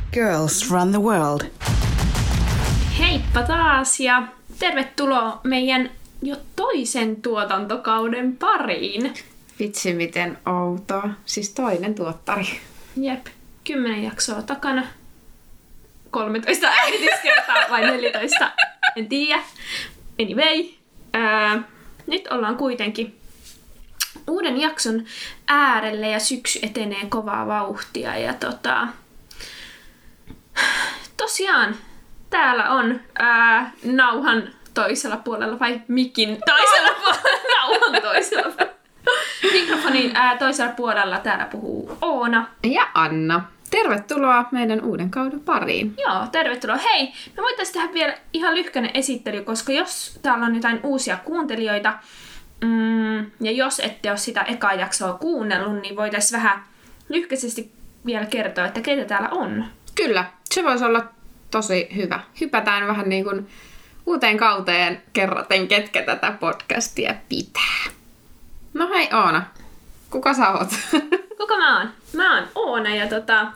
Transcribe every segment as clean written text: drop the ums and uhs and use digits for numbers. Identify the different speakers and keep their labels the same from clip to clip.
Speaker 1: Girls run the world.
Speaker 2: Heippa taas ja tervetuloa meidän jo toisen tuotantokauden pariin.
Speaker 3: Vitsi miten outoa. Siis toinen tuottari.
Speaker 2: Jep, 10 jaksoa takana. 13 äänityskertaa vai 14, en tiedä. Anyway, nyt ollaan kuitenkin uuden jakson äärelle ja syksy etenee kovaa vauhtia. Ja tosiaan täällä on nauhan toisella puolella vai mikin toisella puolella, nauhan toisella puolella. Mikrofonin toisella puolella täällä puhuu Oona.
Speaker 3: Ja Anna. Tervetuloa meidän uuden kauden pariin.
Speaker 2: Joo, tervetuloa. Hei, me voitaisiin tehdä vielä ihan lyhkäinen esittely, koska jos täällä on jotain uusia kuuntelijoita, ja jos ette ole sitä ekaa jaksoa kuunnellut, niin voitaisiin vähän lyhkäisesti vielä kertoa, että keitä täällä on.
Speaker 3: Kyllä, se voisi olla tosi hyvä. Hypätään vähän niin kuin uuteen kauteen kerroten, ketkä tätä podcastia pitää. No hei Oona, kuka sä oot?
Speaker 2: Kuka mä oon? Mä oon Oona ja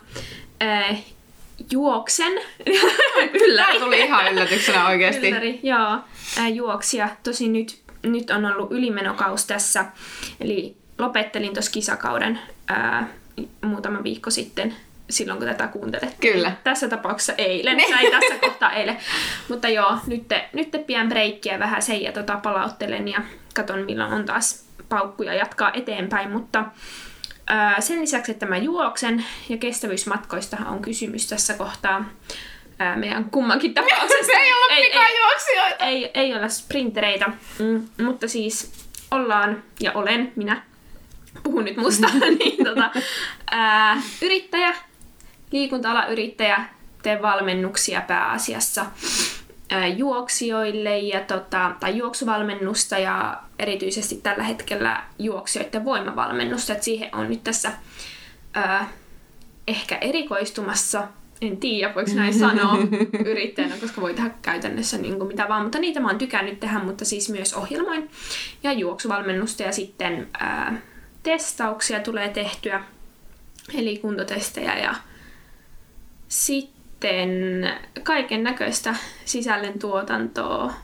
Speaker 2: juoksen.
Speaker 3: Ylläri. Tuli ihan yllätyksenä oikeesti.
Speaker 2: Ylläri, joo. Juoksija. Tosin nyt on ollut ylimenokaus tässä. Eli lopettelin tuossa kisakauden muutama viikko sitten, silloin kun tätä kuuntelet.
Speaker 3: Kyllä.
Speaker 2: Tässä tapauksessa eilen. Tai tässä kohtaa eilen. Mutta joo, nyt pian breikkiä vähän sen ja palauttelen ja katon milloin on taas paukkuja jatkaa eteenpäin. Mutta sen lisäksi, että mä juoksen ja kestävyysmatkoistahan on kysymys tässä kohtaa meidän kummankin tapauksessa.
Speaker 3: ei olla pikajuoksijoita.
Speaker 2: Ei olla sprintereitä, mutta siis ollaan ja olen, minä puhun nyt musta, niin yrittäjä, liikunta-alan yrittäjä, teen valmennuksia pääasiassa juoksijoille ja tai juoksuvalmennusta ja erityisesti tällä hetkellä juoksijoiden voimavalmennusta, että siihen on nyt tässä ehkä erikoistumassa. En tiedä, voiko näin sanoa yrittäjänä, koska voi tehdä käytännössä niin kuin mitä vaan, mutta niitä mä oon tykännyt tehdä, mutta siis myös ohjelmoin ja juoksuvalmennusta ja sitten testauksia tulee tehtyä, eli kuntotestejä ja sitten kaiken näköistä sisällöntuotantoa,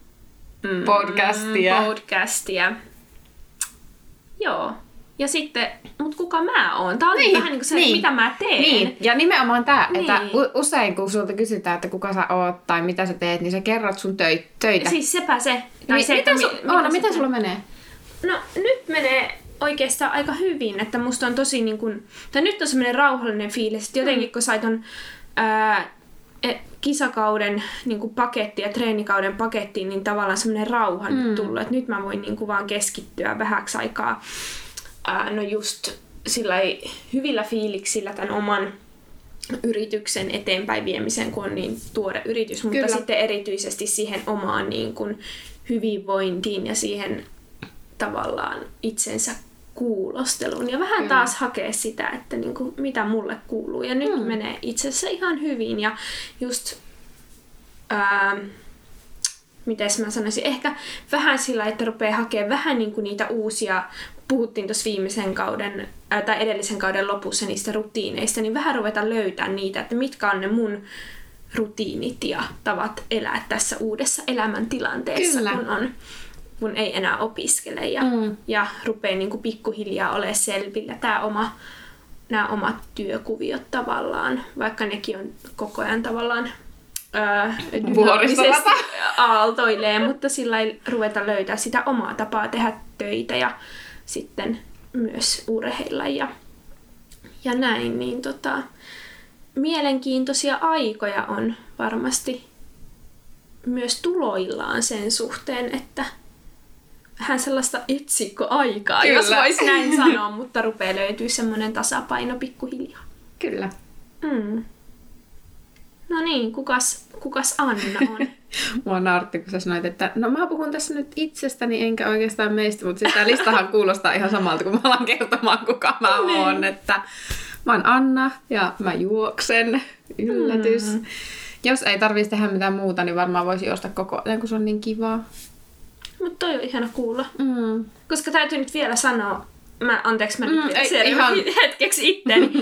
Speaker 2: podcastia. Joo. Ja sitten, mutta kuka mä oon? Tää on vähän niin kuin se, mitä mä teen.
Speaker 3: Niin. Ja nimenomaan tää, että usein kun sulta kysytään, että kuka sä oot tai mitä sä teet, niin sä kerrot sun töitä.
Speaker 2: Siis sepä se. Tai
Speaker 3: Miten sulla menee?
Speaker 2: No nyt menee oikeastaan aika hyvin, että musta on tosi niin kuin, tai nyt on semmoinen rauhallinen fiilis, että jotenkin kun sai ton kisakauden niin kuin paketti ja treenikauden pakettiin, niin tavallaan semmoinen rauha nyt tullut, että nyt mä voin niin kuin vaan keskittyä vähäksi aikaa. No just sillai hyvillä fiiliksillä tämän oman yrityksen eteenpäin viemiseen, kun on niin tuore yritys, mutta sitten erityisesti siihen omaan niin kuin hyvinvointiin ja siihen tavallaan itsensä kuulosteluun ja vähän taas hakea sitä, että niin kuin, mitä mulle kuuluu. Ja nyt menee itse asiassa ihan hyvin ja just mites mä sanoisin, ehkä vähän sillä, että rupeaa hakemaan vähän niin kuin niitä uusia, puhuttiin tuossa viimeisen kauden tai edellisen kauden lopussa niistä rutiineista, niin vähän ruveta löytämään niitä, että mitkä on ne mun rutiinit ja tavat elää tässä uudessa elämäntilanteessa, kun ei enää opiskele ja rupeaa niin kuin pikkuhiljaa olemaan selvillä nämä omat työkuviot tavallaan, vaikka nekin on koko ajan tavallaan dynaamisesti aaltoilee, mutta sillä ei ruveta löytää sitä omaa tapaa tehdä töitä ja sitten myös urheilla ja näin, niin mielenkiintoisia aikoja on varmasti myös tuloillaan sen suhteen, että vähän sellaista etsikkoaikaa, jos voisi näin sanoa, mutta rupeaa löytyä semmoinen tasapaino pikkuhiljaa.
Speaker 3: Kyllä.
Speaker 2: No niin, kukas Anna on?
Speaker 3: Mua nauratti, kun sä sanoit, että no mä puhun tässä nyt itsestäni enkä oikeastaan meistä, mutta siis tää listahan kuulostaa ihan samalta, kun mä alan kertomaan, kuka mä oon. Että mä oon Anna ja mä juoksen. Yllätys. Jos ei tarvitsisi tehdä mitään muuta, niin varmaan voisi juosta koko ajan, kun se on niin kivaa.
Speaker 2: Mutta toi on ihana kuulla. Koska täytyy nyt vielä sanoa, mä nyt hetkeksi itteni.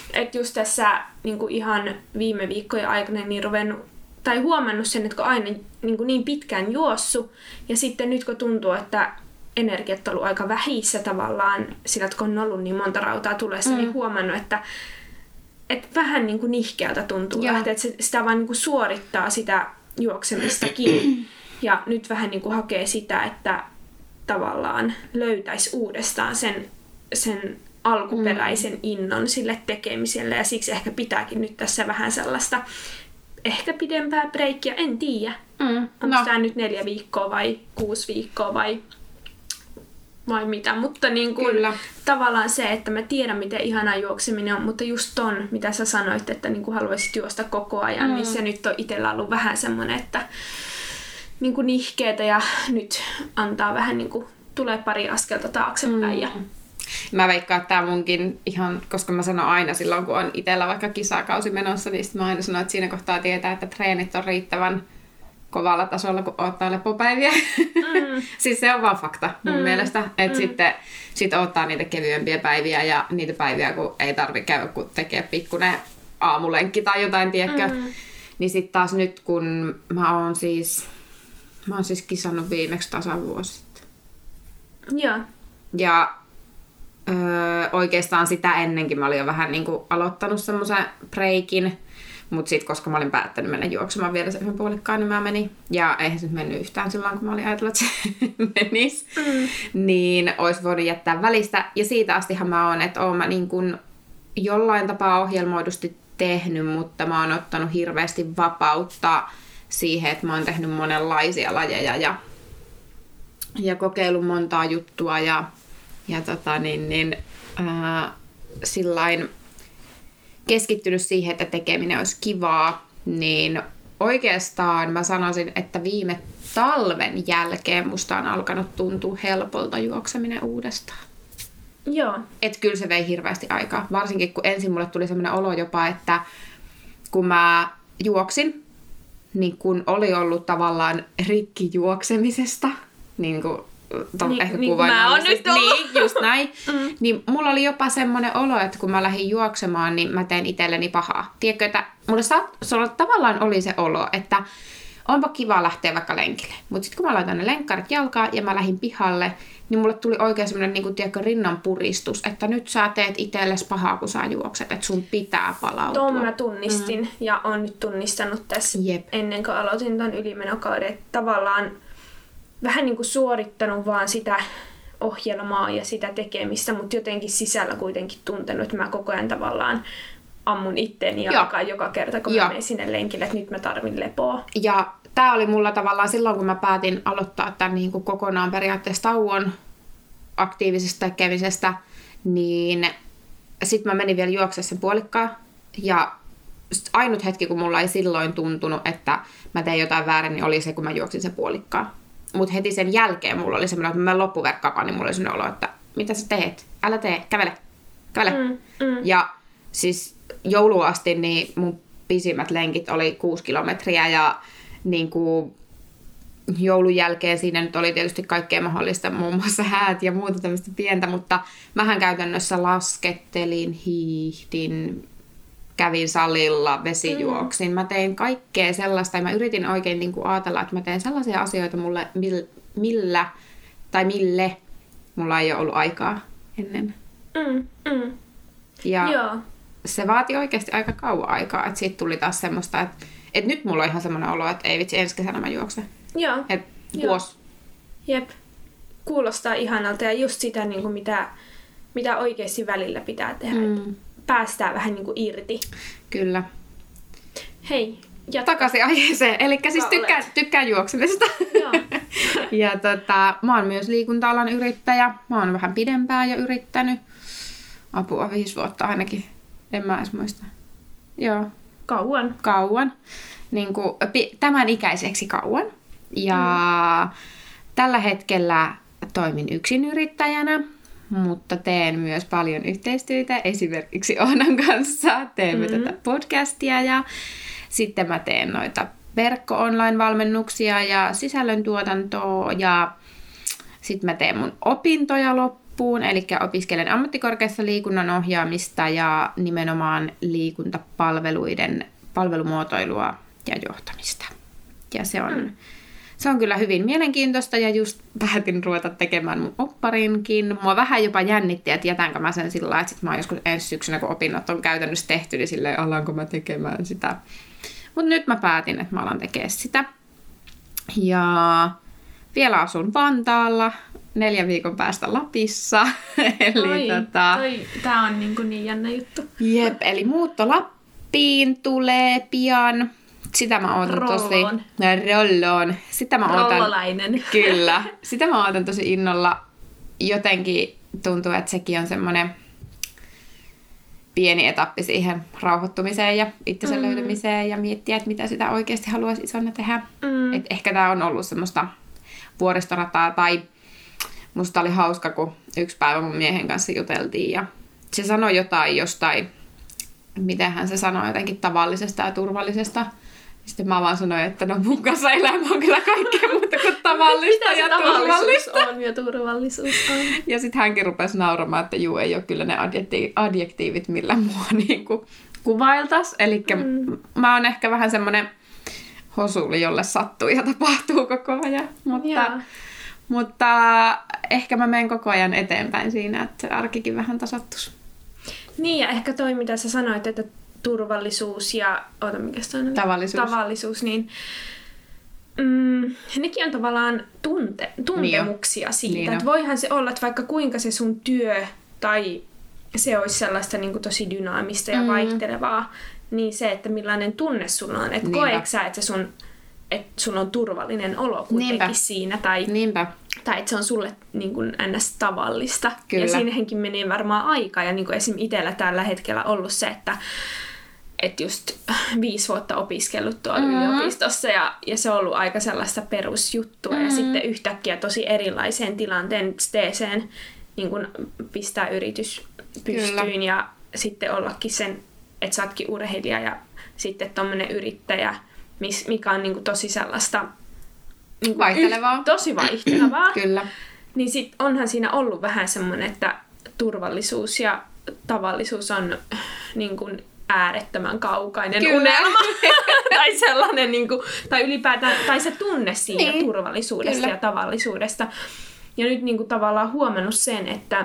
Speaker 2: Että just tässä niinku ihan viime viikkojen aikana niin huomannut sen, että kun aina niin pitkään juossut ja sitten nyt kun tuntuu, että energiat on ollut aika vähissä tavallaan sillä, että kun on ollut niin monta rautaa tulessa, niin huomannut, että vähän niin kuin nihkeältä tuntuu. Että sitä vaan niin kuin suorittaa sitä juoksemistakin. Ja nyt vähän niin kuin hakee sitä, että tavallaan löytäisi uudestaan sen alkuperäisen innon sille tekemiselle. Ja siksi ehkä pitääkin nyt tässä vähän sellaista ehkä pidempää breikkiä. En tiedä. Onko tämä nyt 4 viikkoa vai 6 viikkoa vai mitä, mutta niin kuin tavallaan se, että mä tiedän, miten ihanaa juokseminen on, mutta just ton, mitä sä sanoit, että niin kuin haluaisit juosta koko ajan, niin se nyt on itsellä ollut vähän semmoinen, että niin kuin nihkeetä ja nyt antaa vähän niin kuin, tulee pari askelta taaksepäin. Ja
Speaker 3: mä veikkaan, että tää munkin ihan, koska mä sanon aina silloin, kun on itsellä vaikka kisakausi menossa, niin mä aina sanon, että siinä kohtaa tietää, että treenit on riittävän kovalla tasolla, kun odottaa lepopäiviä. Siis se on vaan fakta mun mielestä. Että sitten odottaa niitä kevyempiä päiviä ja niitä päiviä, kun ei tarvitse käydä, kun tekee pikkuinen aamulenkki tai jotain, tiedätkö. Niin sitten taas nyt, kun mä oon siis kisannut viimeksi tasan vuosi sitten.
Speaker 2: Joo.
Speaker 3: Ja oikeastaan sitä ennenkin mä olin jo vähän niin kuin aloittanut semmoisen breikin. Mutta sitten, koska mä olin päättänyt mennä juoksemaan vielä sen yhden puolikkaan, niin mä menin. Ja eihän se nyt mennyt yhtään silloin, kun mä olin ajatellut, että se menisi. Niin olisi voinut jättää välistä. Ja siitä astihan mä oon, että oon mä niin kun jollain tapaa ohjelmoidusti tehnyt, mutta mä oon ottanut hirveästi vapautta siihen, että mä oon tehnyt monenlaisia lajeja ja kokeillut montaa juttua ja sillain keskittynyt siihen, että tekeminen olisi kivaa, niin oikeastaan mä sanoisin, että viime talven jälkeen musta on alkanut tuntua helpolta juokseminen uudestaan.
Speaker 2: Joo.
Speaker 3: Et kyllä se vei hirveästi aikaa. Varsinkin kun ensin mulle tuli sellainen olo jopa, että kun mä juoksin, niin kun oli ollut tavallaan rikki juoksemisesta, niin kuin ehkä kuvainnollisesti. Niin, just näin. Niin mulla oli jopa semmoinen olo, että kun mä lähdin juoksemaan, niin mä teen itselleni pahaa. Tiedätkö, että mulla tavallaan oli se olo, että onpa kiva lähteä vaikka lenkille. Mutta sitten kun mä laitan ne lenkkarit jalkaan ja mä lähdin pihalle, niin mulle tuli oikein semmoinen niin tiedätkö, rinnan puristus, että nyt sä teet itsellesi pahaa, kun sä juokset, että sun pitää palautua.
Speaker 2: Tuon mä tunnistin ja on nyt tunnistanut tässä ennen kuin aloitin ton ylimenokauden, että tavallaan vähän niin kuin suorittanut vaan sitä ohjelmaa ja sitä tekemistä, mutta jotenkin sisällä kuitenkin tuntenut, että mä koko ajan tavallaan ammun itteeni jalkaan joka kerta, kun mä menen sinne lenkille, että nyt mä tarvin lepoa.
Speaker 3: Ja tää oli mulla tavallaan silloin, kun mä päätin aloittaa tämän niin kuin kokonaan periaatteessa tauon aktiivisesta tekemisestä, niin sit mä menin vielä juoksemaan sen puolikkaan. Ja ainut hetki, kun mulla ei silloin tuntunut, että mä tein jotain väärin, niin oli se, kun mä juoksin sen puolikkaan. Mutta heti sen jälkeen mulla oli semmoinen, että mä loppuverkkapaan, niin mulla oli semmoinen olo, että mitä sä teet? Älä tee, kävele. Ja siis jouluun asti niin mun pisimmät lenkit oli 6 kilometriä ja niin kuin joulun jälkeen siinä nyt oli tietysti kaikkea mahdollista, muun muassa häät ja muuta tämmöistä pientä, mutta mähän käytännössä laskettelin, hiihdin, kävin salilla, vesijuoksin. Mä tein kaikkea sellaista ja mä yritin oikein niin kuin ajatella, että mä teen sellaisia asioita mille mulla ei ole ollut aikaa ennen. Ja se vaati oikeasti aika kauan aikaa, että siitä tuli taas semmoista, että nyt mulla on ihan semmoinen olo, että ei vitsi, ensi kesänä mä juoksen.
Speaker 2: Joo.
Speaker 3: Et vuosi.
Speaker 2: Jep. Kuulostaa ihanalta ja just sitä, niin kuin mitä oikeasti välillä pitää tehdä. Päästään vähän niin kuin irti.
Speaker 3: Kyllä.
Speaker 2: Hei.
Speaker 3: Takaisin aiheeseen. Eli siis tykkään juoksemista.
Speaker 2: Joo.
Speaker 3: Ja mä oon myös liikunta-alan yrittäjä. Mä oon vähän pidempään jo yrittänyt. Apua 5 vuotta ainakin. En mä edes muista. Joo. Kauan. Niin kuin, tämän ikäiseksi kauan. Ja tällä hetkellä toimin yksinyrittäjänä, mutta teen myös paljon yhteistyötä. Esimerkiksi Oonan kanssa teemme tätä podcastia ja sitten mä teen noita verkko-online-valmennuksia ja sisällöntuotantoa ja sitten mä teen mun opintoja loppuun loppuun, eli opiskelen ammattikorkeassa liikunnan ohjaamista ja nimenomaan liikuntapalveluiden palvelumuotoilua ja johtamista. Ja se on kyllä hyvin mielenkiintoista ja just päätin ruveta tekemään mun opparinkin. Mua vähän jopa jännitti, että jätänkö mä sen sillä lailla, että sit mä oon joskus ensi syksynä, kun opinnot on käytännössä tehty, niin silleen alanko mä tekemään sitä. Mutta nyt mä päätin, että mä alan tekemään sitä. Ja vielä asun Vantaalla, 4 viikon päästä Lapissa. Eli
Speaker 2: tää on niin jännä juttu.
Speaker 3: Jep, eli muutto Lappiin tulee pian. Sitä mä ootan Rolloon. Sitä mä ootan.
Speaker 2: Rollolainen.
Speaker 3: Kyllä. Sitä mä ootan tosi innolla. Jotenkin tuntuu, että sekin on semmoinen pieni etappi siihen rauhoittumiseen ja itsensä löytämiseen ja miettiä, että mitä sitä oikeasti haluaisi isona tehdä. Et ehkä tää on ollut semmoista vuoristorataa tai musta oli hauska, kun yksi päivä mun miehen kanssa juteltiin ja se sanoi jotain jostain, mitenhän se sanoi, jotenkin tavallisesta ja turvallisesta. Sitten mä vaan sanoin, että no mun kanssa elämä on kyllä kaikkea muuta kuin tavallista ja turvallista.
Speaker 2: On ja turvallisuus on.
Speaker 3: Ja sitten hänkin rupesi nauramaan, että juu, ei ole kyllä ne adjektiivit, millä mua niinku kuvailtaisi. Eli mä oon ehkä vähän semmoinen hosuli, jolle sattuu ja tapahtuu koko ajan. Mutta ehkä mä menen koko ajan eteenpäin siinä, että se arkikin vähän tasoittuisi.
Speaker 2: Niin, ja ehkä toi, mitä sä sanoit, että turvallisuus ja tavallisuus, niin nekin on tavallaan tuntemuksia siitä. Niin että voihan se olla, että vaikka kuinka se sun työ tai se olisi sellaista niin kuin tosi dynaamista ja vaihtelevaa, niin se, että millainen tunne sulla on. Että koetko sä, että sulla on turvallinen olo kuitenkin siinä. Tai että se on sulle niin kuin ns. Tavallista. Kyllä. Ja siinähenkin menee varmaan aikaa. Ja niin kuin esim. Itsellä tällä hetkellä ollut se, että just 5 vuotta opiskellut tuolla yliopistossa ja se on ollut aika sellaista perusjuttua. Ja sitten yhtäkkiä tosi erilaiseen tilanteeseen niin kuin pistää yritys pystyyn ja sitten ollakin sen, että sä ootkin urheilija ja sitten tommonen yrittäjä, mikä on niin kuin tosi sellaista niin kuin
Speaker 3: vaihtelevaa.
Speaker 2: Tosi vaihtelevaa.
Speaker 3: Kyllä.
Speaker 2: Niin sit onhan siinä ollut vähän semmoinen, että turvallisuus ja tavallisuus on niin kuin äärettömän kaukainen unelma. Tai sellainen, niin kuin, tai ylipäätään, tai se tunne siitä turvallisuudesta ja tavallisuudesta. Ja nyt niin kuin tavallaan huomannut sen, että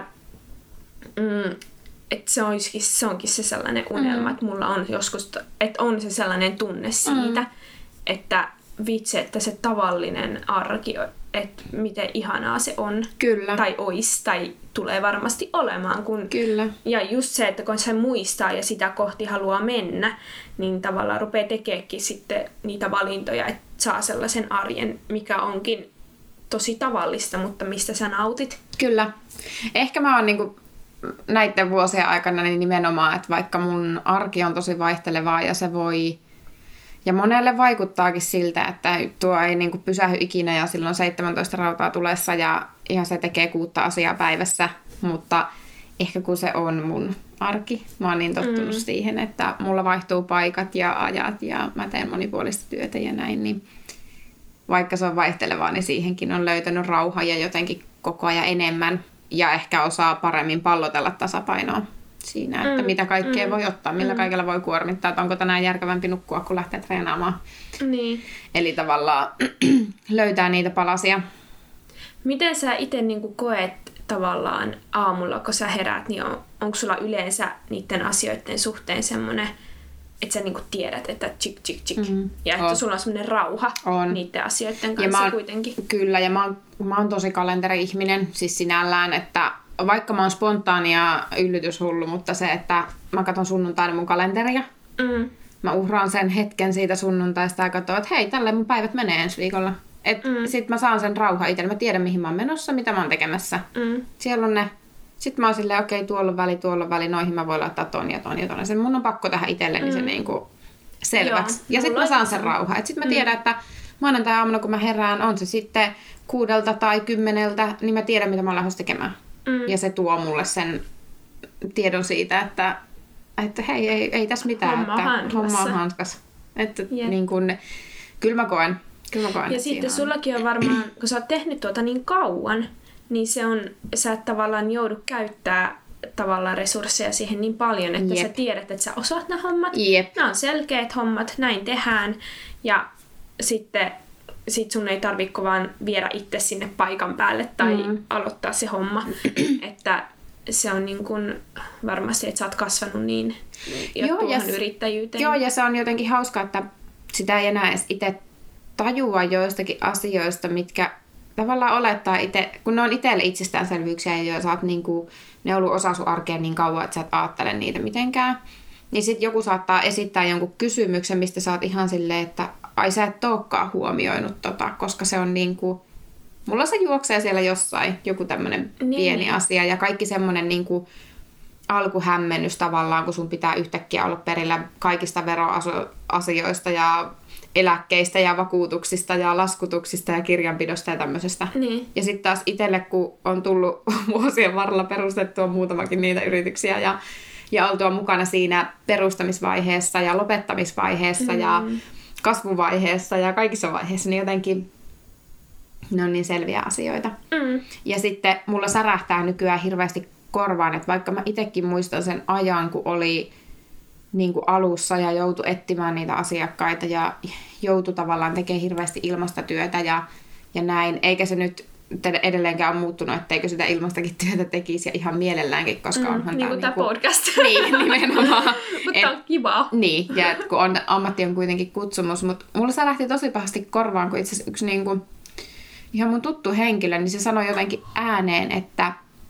Speaker 2: se onkin se sellainen unelma, että mulla on joskus, että on se sellainen tunne siitä, että vitsi, että se tavallinen arki, että miten ihanaa se on.
Speaker 3: Kyllä.
Speaker 2: Tai ois, tai tulee varmasti olemaan.
Speaker 3: Kyllä.
Speaker 2: Ja just se, että kun se muistaa ja sitä kohti haluaa mennä, niin tavallaan rupeaa tekeekin sitten niitä valintoja, että saa sellaisen arjen, mikä onkin tosi tavallista, mutta mistä sä nautit.
Speaker 3: Kyllä. Ehkä mä oon niinku näiden vuosien aikana niin nimenomaan, että vaikka mun arki on tosi vaihtelevaa ja se voi, ja monelle vaikuttaakin siltä, että tuo ei niinku pysähy ikinä ja silloin 17 rautaa tulessa ja ihan se tekee 6 asiaa päivässä, mutta ehkä kun se on mun arki, mä oon niin tottunut siihen, että mulla vaihtuu paikat ja ajat ja mä teen monipuolista työtä ja näin, niin vaikka se on vaihtelevaa, niin siihenkin on löytänyt rauhaa ja jotenkin koko ajan enemmän ja ehkä osaa paremmin pallotella tasapainoa siinä, että mitä kaikkea voi ottaa, millä kaikella voi kuormittaa, että onko tänään järkevämpi nukkua, kun lähtee treenaamaan.
Speaker 2: Niin.
Speaker 3: Eli tavallaan löytää niitä palasia.
Speaker 2: Miten sä itse niinku koet tavallaan aamulla, kun sä heräät, niin onko sulla yleensä niiden asioiden suhteen semmoinen, että sä niinku tiedät, että tsik, tsik, tsik, ja että sulla on semmoinen rauha niiden asioiden kanssa kuitenkin?
Speaker 3: Kyllä, ja mä oon tosi kalenteri-ihminen, siis sinällään, että vaikka mä oon spontaani ja yllytyshullu, mutta se, että mä katson sunnuntaina mun kalenteria, mä uhraan sen hetken siitä sunnuntaista ja katson, että hei, tälle mun päivät menee ensi viikolla. Sit mä saan sen rauhan itselle, mä tiedän mihin mä oon menossa, mitä mä oon tekemässä. Siellä on ne. Sitten mä oon silleen, okei, tuolla on väli, noihin mä voin laittaa ton ja ton ja ton. Sen mun on pakko tähän itselleni se niinku selväksi. Ja sitten mä saan sen rauhan. Sitten mä tiedän, että maanantai-aamuna kun mä herään, on se sitten 6 tai 10, niin mä tiedän mitä mä oon lähdössä tekemään. Ja se tuo mulle sen tiedon siitä, että hei, ei tässä mitään. Homma on hanskassa. Että niin kun, kyllä mä koen.
Speaker 2: Ja sitten sullakin on varmaan, kun sä oot tehnyt tuota niin kauan, niin sä et tavallaan joudu käyttää tavallaan resursseja siihen niin paljon, että sä tiedät, että sä osaat nämä hommat. Nämä on selkeät hommat, näin tehdään. Ja sitten sun ei tarvitse vaan viedä itse sinne paikan päälle tai aloittaa se homma. Että se on niin kuin varmasti, että sä oot kasvanut niin tuohon yrittäjyyteen.
Speaker 3: Joo, ja se on jotenkin hauska, että sitä ei enää edes itse tajua joistakin asioista, mitkä tavallaan olettaa itse, kun ne on itselle itsestäänselvyyksiä ja sä oot niinku, ne on ollut osa sun arkea niin kauan, että sä et ajattele niitä mitenkään. Niin sit joku saattaa esittää jonkun kysymyksen, mistä sä oot ihan silleen, että ai sä et olekaan huomioinut koska se on niinku, mulla se juoksee siellä jossain, joku tämmönen pieni asia ja kaikki semmonen niinku alkuhämmennys tavallaan, kun sun pitää yhtäkkiä olla perillä kaikista veroasioista ja eläkkeistä ja vakuutuksista ja laskutuksista ja kirjanpidosta ja tämmöisestä.
Speaker 2: Niin.
Speaker 3: Ja sitten taas itselle, kun on tullut vuosien varrella perustettua muutamakin niitä yrityksiä ja oltua mukana siinä perustamisvaiheessa ja lopettamisvaiheessa ja kasvuvaiheessa ja kaikissa vaiheissa, niin jotenkin ne on niin selviä asioita. Ja sitten mulla särähtää nykyään hirveästi korvaan, että vaikka mä itsekin muistan sen ajan, kun oli niin kuin alussa ja joutui etsimään niitä asiakkaita ja joutui tavallaan tekemään hirveästi ilmastotyötä ja näin. Eikä se nyt edelleenkään ole muuttunut, etteikö sitä ilmastakin työtä tekisi ja ihan mielelläänkin, koska onhan
Speaker 2: niin kuin tämä podcast.
Speaker 3: Niin, nimenomaan.
Speaker 2: Mutta on kivaa.
Speaker 3: Niin, ja kun ammatti on kuitenkin kutsumus, mutta mulla se lähti tosi pahasti korvaan, kun itse asiassa yksi niin kuin, ihan mun tuttu henkilö, niin se sanoi jotenkin ääneen, että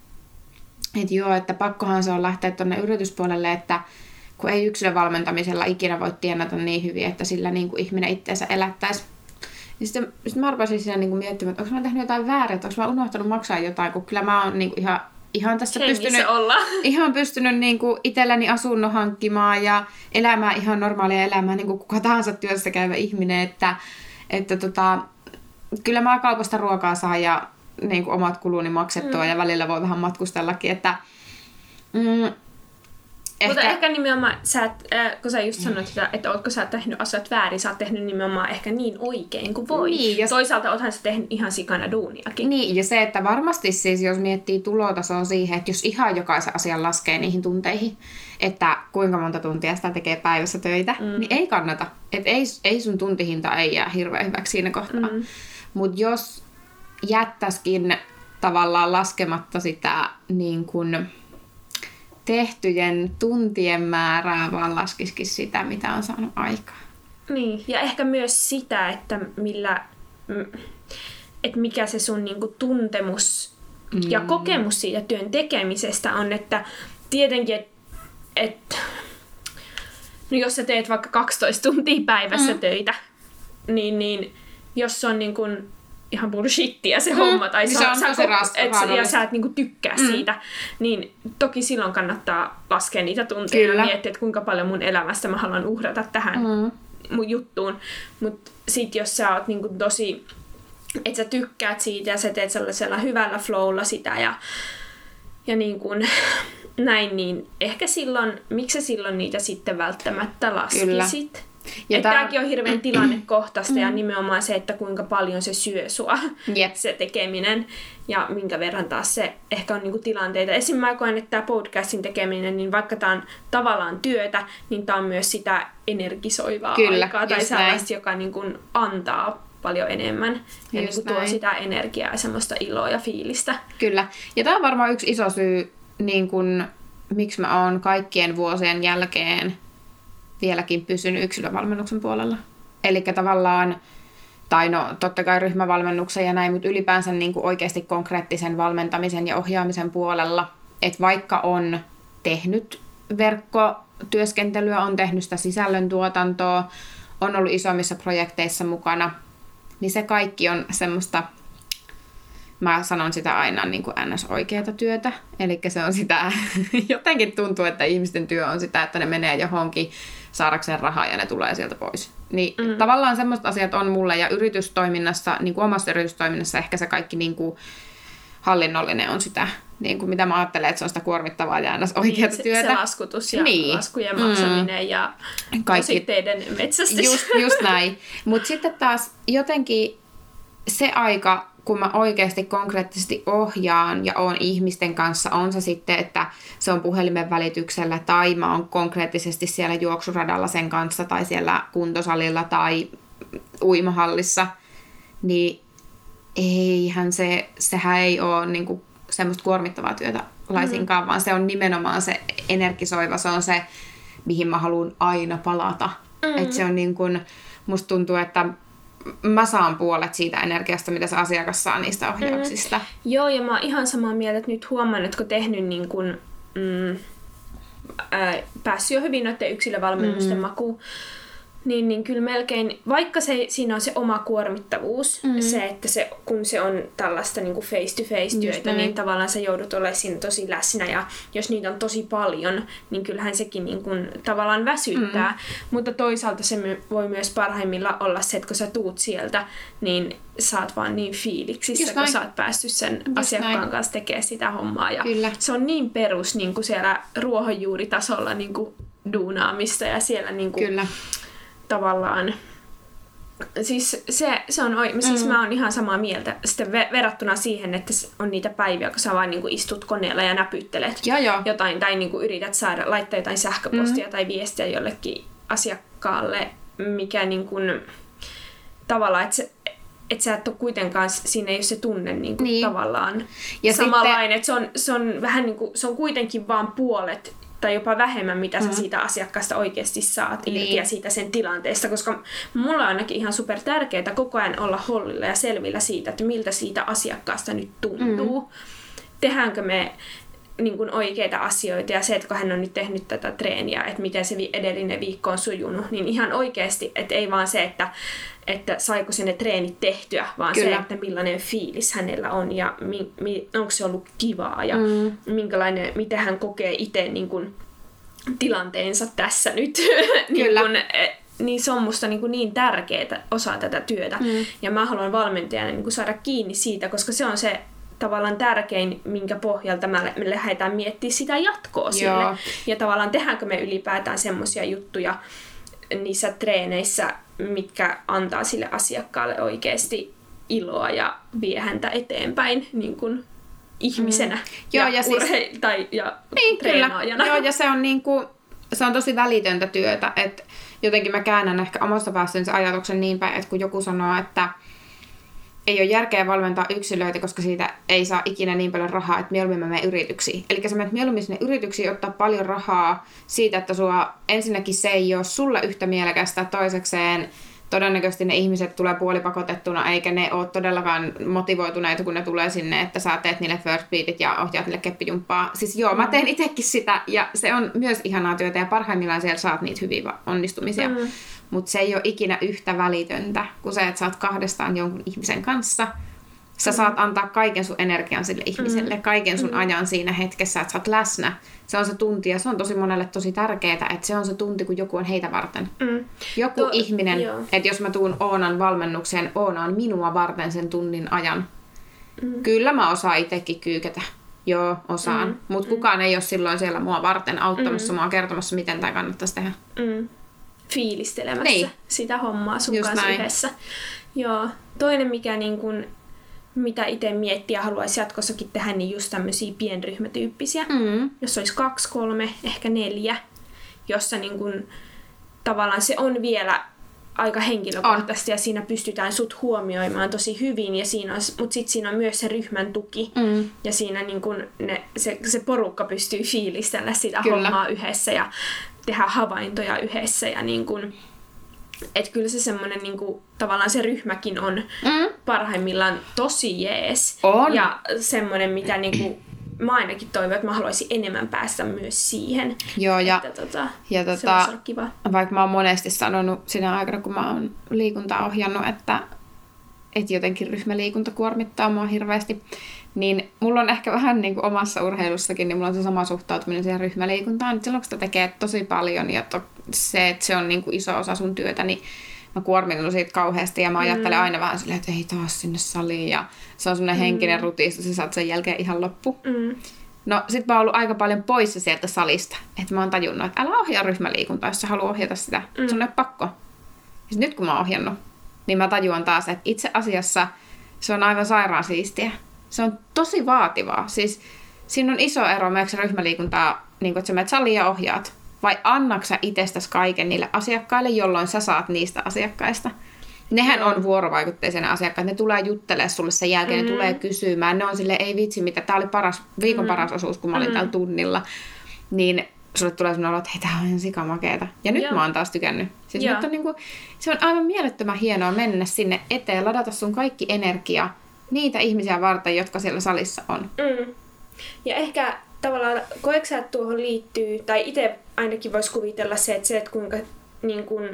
Speaker 3: joo, että pakkohan se on lähteä tuonne yrityspuolelle, että kun ei yksilövalmentamisella ikinä voi tienata niin hyvin, että sillä niin kuin ihminen itseensä elättäisi. Ja sitten mä arvasin siinä niin kuin miettimään, että onko mä tehnyt jotain väärin, että onko mä unohtanut maksaa jotain, kun kyllä mä oon niin kuin ihan tässä pystynyt niin kuin itselleni asunnon hankkimaan ja elämään ihan normaalia elämää, niin kuin kuka tahansa työssä käyvä ihminen, että kyllä mä kaupasta ruokaa saan ja niin kuin omat kuluni maksettua ja välillä voi vähän matkustellakin, että
Speaker 2: mutta ehkä nimenomaan, kun sä just sanoit, että ootko sä tehnyt asiat väärin, sä oot tehnyt nimenomaan ehkä niin oikein kuin voi. Niin, toisaalta oothan sä tehnyt ihan sikana duuniakin.
Speaker 3: Niin, ja se, että varmasti siis, jos miettii tulotasoa siihen, että jos ihan jokaisen asian laskee niihin tunteihin, että kuinka monta tuntia sitä tekee päivässä töitä, niin ei kannata. Että ei sun tuntihinta ei jää hirveän hyväksi siinä kohtaa. Mutta jos jättäisikin tavallaan laskematta sitä niin kun tehtyjen tuntien määrää, vaan laskisikin sitä, mitä on saanut aikaa.
Speaker 2: Niin, ja ehkä myös sitä, että mikä se sun niinku tuntemus ja kokemus siitä työn tekemisestä on, että tietenkin, että no jos sä teet vaikka 12 tuntia päivässä töitä, niin jos se on niin kuin ihan bullshittia se homma, tai ja sä et niinku tykkää siitä, niin toki silloin kannattaa laskea niitä tunteja ja miettiä, että kuinka paljon mun elämästä mä haluan uhrata tähän mun juttuun. Mutta sit jos sä oot niinku tosi, että sä tykkäät siitä ja sä teet sellaisella hyvällä flowlla sitä ja niin kuin näin, niin ehkä silloin, miksi sä silloin niitä sitten välttämättä laskisit? Ja tämäkin on hirveän tilannekohtaista ja nimenomaan se, että kuinka paljon se syö sua, se tekeminen, ja minkä verran taas se ehkä on niinku tilanteita. Esimerkiksi mä koen, että tämä podcastin tekeminen, niin vaikka tämä on tavallaan työtä, niin tämä on myös sitä energisoivaa aikaa tai sellaista, joka niinku antaa paljon enemmän ja niinku tuo sitä energiaa ja semmoista iloa ja fiilistä.
Speaker 3: Kyllä. Ja tämä on varmaan yksi iso syy, niin kun, miksi mä oon kaikkien vuosien jälkeen vieläkin pysynyt yksilövalmennuksen puolella. Eli tavallaan, tai no totta kai ryhmävalmennuksen ja näin, mutta ylipäänsä niin kuin oikeasti konkreettisen valmentamisen ja ohjaamisen puolella. Että vaikka on tehnyt verkkotyöskentelyä, on tehnyt sitä sisällöntuotantoa, on ollut isommissa projekteissa mukana, niin se kaikki on semmoista, mä sanon sitä aina niin kuin NS-oikeata työtä. Eli se on sitä, jotenkin tuntuu, että ihmisten työ on sitä, että ne menee johonkin saadakseen rahaa ja ne tulee sieltä pois. Niin tavallaan semmoiset asiat on mulle ja yritystoiminnassa, niin kuin omassa yritystoiminnassa ehkä se kaikki niin kuin hallinnollinen on sitä, niin kuin mitä mä ajattelen, että se on sitä kuormittavaa ja NS-oikeata työtä.
Speaker 2: Se laskutus ja laskujen maksaminen ja ositteiden metsästys.
Speaker 3: Just näin. Mutta sitten taas jotenkin se aika, kun mä oikeasti konkreettisesti ohjaan ja oon ihmisten kanssa, on se sitten, että se on puhelimen välityksellä tai mä oon konkreettisesti siellä juoksuradalla sen kanssa tai siellä kuntosalilla tai uimahallissa, niin sehän ei ole niinku semmoista kuormittavaa työtä laisinkaan, vaan se on nimenomaan se energisoiva, se on se, mihin mä haluan aina palata. Että se on niin kuin, musta tuntuu, että mä saan puolet siitä energiasta, mitä se asiakas saa niistä ohjauksista.
Speaker 2: Joo, ja mä oon ihan samaa mieltä, että nyt huomannetko tehnyt niin kuin, päässyt jo hyvin noiden yksilövalmennusten makuun, niin kyllä melkein, vaikka siinä on se oma kuormittavuus, se, että kun se on tällaista niin kuin face-to-face työtä, niin tavallaan sä joudut olemaan siinä tosi läsnä, ja jos niitä on tosi paljon, niin kyllähän sekin niin kuin tavallaan väsyttää. Mutta toisaalta se voi myös parhaimmillaan olla se, että kun sä tuut sieltä, niin sä oot vaan niin fiiliksissä, kun sä oot päässyt sen asiakkaan kanssa tekemään sitä hommaa. Ja se on niin perus niin kuin siellä ruohonjuuritasolla niin kuin duunaamista, ja siellä niin kuin tavallaan, siis se on, siis mä oon ihan samaa mieltä sitten verrattuna siihen, että on niitä päiviä, kun sä vaan niinku istut koneella ja näpyttelet jotain tai niinku yrität laittaa jotain sähköpostia tai viestiä jollekin asiakkaalle, mikä niinku, tavallaan, että sä et ole kuitenkaan, siinä ei ole se tunne niinku tavallaan ja samanlainen, että se on vähän niinku, se on kuitenkin vaan puolet tai jopa vähemmän, mitä sä siitä asiakkaasta oikeasti saat irti ja siitä sen tilanteesta, koska mulla on ainakin ihan super tärkeää koko ajan olla hollilla ja selvillä siitä, että miltä siitä asiakkaasta nyt tuntuu. Tehdäänkö me niin kuin oikeita asioita ja se, että kun hän on nyt tehnyt tätä treeniä, että miten se edellinen viikko on sujunut, niin ihan oikeasti, että ei vaan se, että saiko se ne treenit tehtyä, vaan se, että millainen fiilis hänellä on ja onko se ollut kivaa ja miten hän kokee itse niin kuin tilanteensa tässä nyt. Niin se on musta niin tärkeää osa tätä työtä. Ja mä haluan valmentajana niin kuin saada kiinni siitä, koska se on se tavallaan tärkein, minkä pohjalta me lähdetään miettimään sitä jatkoa sille. Ja tavallaan tehdäänkö me ylipäätään semmoisia juttuja niissä treeneissä, mitkä antaa sille asiakkaalle oikeasti iloa ja vie häntä eteenpäin niin kuin ihmisenä ja treenaajana.
Speaker 3: Joo, ja se on, se on tosi välitöntä työtä. Että jotenkin mä käännän ehkä omasta päästäni sen ajatuksen niin päin, että kun joku sanoo, että ei ole järkeä valmentaa yksilöitä, koska siitä ei saa ikinä niin paljon rahaa, että mieluummin mä menen yrityksiin. Eli sä menet mieluummin sinne yrityksiin ottaa paljon rahaa siitä, että ensinnäkin se ei ole sulle yhtä mielekästä, toisekseen todennäköisesti ne ihmiset tulee puolipakotettuna, eikä ne ole todellakaan motivoituneita, kun ne tulee sinne, että sä teet niille first beatit ja ohjaat niille keppijumppaa. Siis mä teen itsekin sitä, ja se on myös ihanaa työtä, ja parhaimmillaan siellä saat niitä hyviä onnistumisia. Mutta se ei ole ikinä yhtä välitöntä kuin se, että sä oot kahdestaan jonkun ihmisen kanssa. Sä saat antaa kaiken sun energian sille ihmiselle, kaiken sun ajan siinä hetkessä, että sä oot läsnä. Se on se tunti, ja se on tosi monelle tosi tärkeää, että se on se tunti, kun joku on heitä varten. Joku ihminen, että jos mä tuun Oonan valmennukseen, Oona on minua varten sen tunnin ajan. Kyllä mä osaan itsekin kyykätä. Joo, osaan. Mutta kukaan ei ole silloin siellä mua varten auttamassa mua kertomassa, miten tämä kannattaisi tehdä.
Speaker 2: Fiilistelemässä sitä hommaa sun kanssa yhdessä. Joo. Toinen, mikä niin kun, mitä itse miettii ja haluaisi jatkossakin tehdä, niin just tämmöisiä pienryhmätyyppisiä. Jos olisi 2, 3, ehkä 4, jossa niin kun, tavallaan se on vielä aika henkilökohtaisesti ja siinä pystytään sut huomioimaan tosi hyvin, mutta sitten siinä on myös se ryhmän tuki ja siinä niin kun se porukka pystyy fiilistellä sitä hommaa yhdessä ja tehdä havaintoja yhdessä ja niin kun, että kyllä se semmoinen niin kun, tavallaan se ryhmäkin on parhaimmillaan tosi jees ja semmoinen mitä niin kun, mä ainakin toivon, että mä haluaisin enemmän päästä myös siihen.
Speaker 3: Joo,
Speaker 2: se voisi olla kiva.
Speaker 3: Vaikka mä oon monesti sanonut sinä aikana, kun mä oon liikuntaa ohjannut, että jotenkin ryhmäliikunta kuormittaa mua hirveästi, niin mulla on ehkä vähän niin kuin omassa urheilussakin, niin mulla on se sama suhtautuminen siihen ryhmäliikuntaan. Silloin kun sitä tekee tosi paljon ja se, että se on niin kuin iso osa sun työtä, niin mä kuormitun siitä kauheasti ja mä ajattelen aina vähän silleen, että ei taas sinne saliin ja se on semmoinen henkinen rutiista, sä saat sen jälkeen ihan loppu. No sit mä oon ollut aika paljon poissa sieltä salista, että mä oon tajunnut, että älä ohjaa ryhmäliikuntaa, jos sä haluat ohjata sitä. Se on pakko. Ja nyt kun mä oon ohjannut, niin mä tajuan taas, että itse asiassa Se on aivan sairaan siistiä. Se on tosi vaativaa. Siis siinä on iso ero, meneekö ryhmäliikuntaa, niin kuin, että sä menet saliin ja ohjaat, vai annatko sä itsestäsi kaiken niille asiakkaille, jolloin sä saat niistä asiakkaista. Nehän on vuorovaikutteisena asiakkaat. Ne tulee juttelemaan sulle sen jälkeen, ne tulee kysymään. Ne on silleen, ei vitsi, mitä. Tää oli viikon paras osuus, kun mä olin täällä tunnilla. Niin sulle tulee sellainen olo, että hei, tää on ihan sikamakeeta. Ja nyt mä oon taas tykännyt. Siis nyt on niinku, se on aivan mielettömän hienoa mennä sinne eteen, ladata sun kaikki energia niitä ihmisiä varten, jotka siellä salissa on.
Speaker 2: Ja ehkä tavallaan, koetko sä, että tuohon liittyy, tai itse ainakin vois kuvitella se, että kuinka niin kun,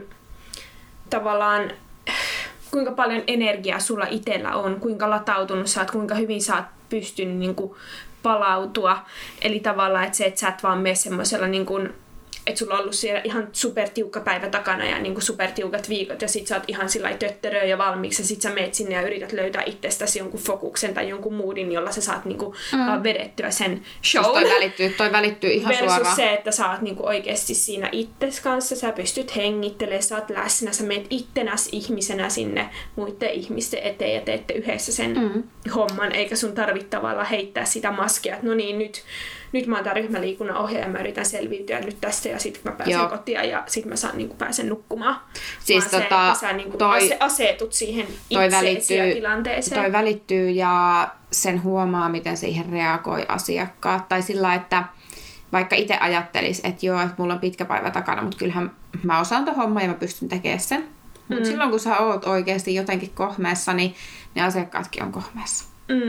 Speaker 2: tavallaan kuinka paljon energiaa sulla itsellä on, kuinka latautunut sä oot, kuinka hyvin sä oot pystynyt niin kuin palautua. Eli tavallaan, että sä et vaan mene semmoisella, niin kuin, että sulla on ollut siellä ihan supertiukka päivä takana ja niin kuin supertiukat viikot ja sit sä oot ihan sillä tötteröä ja valmiiksi ja sit sä meet sinne ja yrität löytää itsestäsi jonkun fokuksen tai jonkun moodin, jolla sä saat niin kuin vedettyä sen show.
Speaker 3: Toi välittyy ihan
Speaker 2: versus
Speaker 3: suoraan.
Speaker 2: Se, että sä oot niin kuin oikeasti siinä itses kanssa, sä pystyt hengittelemään, sä oot läsnä, sä meet ittenäs ihmisenä sinne muiden ihmisten eteen ja teette yhdessä sen homman, eikä sun tarvitse tavallaan heittää sitä maskia, että no niin, nyt mä oon tää ryhmäliikunnan ohjaaja ja mä yritän selviytyä nyt tästä ja sit mä pääsen kotiin ja sit mä saan niinku pääsen nukkumaan.
Speaker 3: Siis
Speaker 2: se, että sä niinku asetut siihen itseesi ja tilanteeseen.
Speaker 3: Toi välittyy ja sen huomaa, miten siihen reagoi asiakkaat. Tai sillä, että vaikka itse ajattelis, että joo, että mulla on pitkä päivä takana, mutta kyllähän mä osaan ton homman ja mä pystyn tekemään sen. Mutta silloin kun sä oot oikeasti jotenkin kohmeessa, niin ne asiakkaatkin on kohmeessa.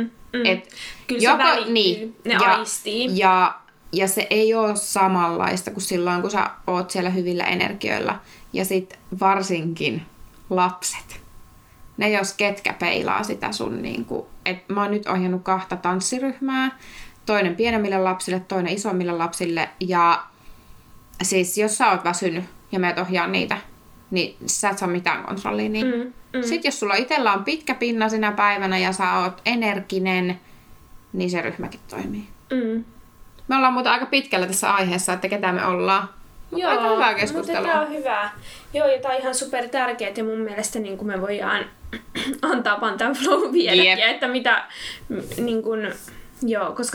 Speaker 2: Kyllä se välittyy, ne aistii.
Speaker 3: Ja se ei ole samanlaista kuin silloin, kun sä oot siellä hyvillä energioilla. Ja sit varsinkin lapset. Ne jos ketkä peilaa sitä sun niinku... Et mä oon nyt ohjannut 2 tanssiryhmää. Toinen pienemmille lapsille, toinen isommille lapsille. Ja siis jos sä oot väsynyt ja meet ohjaa niitä, niin sä et saa mitään kontrollia. Niin. Sitten jos sulla itsellä on pitkä pinna sinä päivänä ja sä oot energinen, niin se ryhmäkin toimii. Me ollaan muuten aika pitkällä tässä aiheessa, että ketä me ollaan.
Speaker 2: Joo,
Speaker 3: aika hyvää keskustelua.
Speaker 2: Mutta tämä on hyvä. Joo, ja tämä on ihan super tärkeää ja mun mielestä niin kuin me voidaan antaa Pantan Flow viedäkin, että mitä niin kuin, joo, koska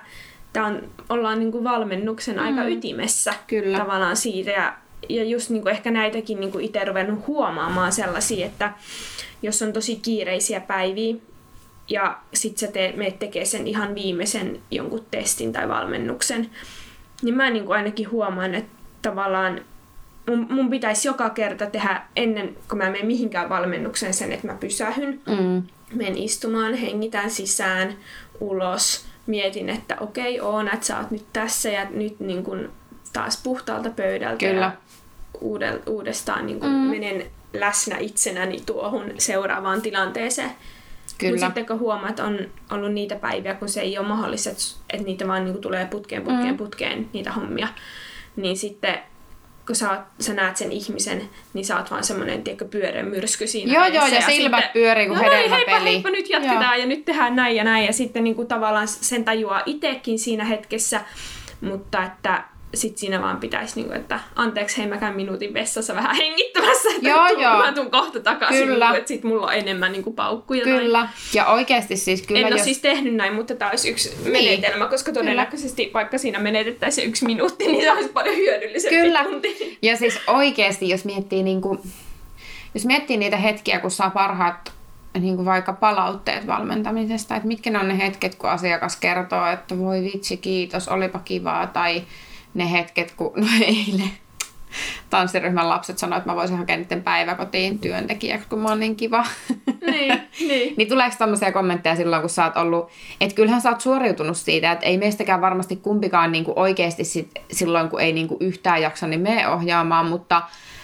Speaker 2: ollaan niin kuin valmennuksen aika ytimessä.
Speaker 3: Kyllä.
Speaker 2: Tavallaan siitä ja just niin kuin ehkä näitäkin niin kuin itse ruvennut huomaamaan sellaisia, että jos on tosi kiireisiä päiviä ja sit sä meet tekee sen ihan viimeisen jonkun testin tai valmennuksen, niin mä niin kuin ainakin huomaan, että tavallaan mun pitäisi joka kerta tehdä ennen kuin mä menen mihinkään valmennukseen sen, että mä pysähyn, menen istumaan, hengitän sisään, ulos, mietin, että okei, että sä oot nyt tässä ja nyt niin kuin taas puhtaalta pöydältä.
Speaker 3: Kyllä.
Speaker 2: Ja uudestaan niin kuin menen läsnä itsenäni tuohon seuraavaan tilanteeseen. Mutta sitten kun huomaat, että on ollut niitä päiviä, kun se ei ole mahdollista, että niitä vaan niin kuin tulee putkeen niitä hommia, niin sitten kun sä näet sen ihmisen, niin sä oot vaan semmoinen pyöreä myrsky siinä.
Speaker 3: Joo, ja silmät sitten pyörii kuin hedelmäpeli.
Speaker 2: Heippa, nyt jatketaan ja nyt tehdään näin ja näin. Ja sitten niin kuin tavallaan sen tajuaa itsekin siinä hetkessä, mutta että sitten siinä vaan pitäisi, niin kuin, että anteeksi, hei mä käyn minuutin vessassa vähän hengittämässä, että mä tuun kohta takaisin, niin kuin, että sit mulla on enemmän niin kuin paukkuja.
Speaker 3: Kyllä, tai... ja oikeasti siis kyllä
Speaker 2: en ole siis tehnyt näin, mutta tämä olisi yksi menetelmä, koska todennäköisesti vaikka siinä menetettäisiin 1 minuutti, niin se olisi paljon hyödyllisempi tunti.
Speaker 3: Ja siis oikeasti, jos miettii, niin kuin, jos miettii niitä hetkiä, kun saa parhaat niin kuin vaikka palautteet valmentamisesta, että mitkä ne on ne hetket, kun asiakas kertoo, että voi vitsi, kiitos, olipa kivaa, tai ne hetket, kun eilen tanssiryhmän lapset sanoivat, että mä voisin hakea niiden päiväkotiin työntekijäksi, kun mä oon niin kiva. Niin tuleeko tämmöisiä kommentteja silloin, kun sä oot ollut, että kyllähän sä oot suoriutunut siitä, että ei meistäkään varmasti kumpikaan niinku oikeasti silloin, kun ei niinku yhtään jaksa, niin mene ohjaamaan, mutta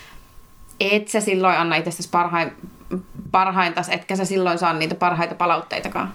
Speaker 3: et sä silloin anna itsestäsi parhaintas, etkä sä silloin saa niitä parhaita palautteitakaan.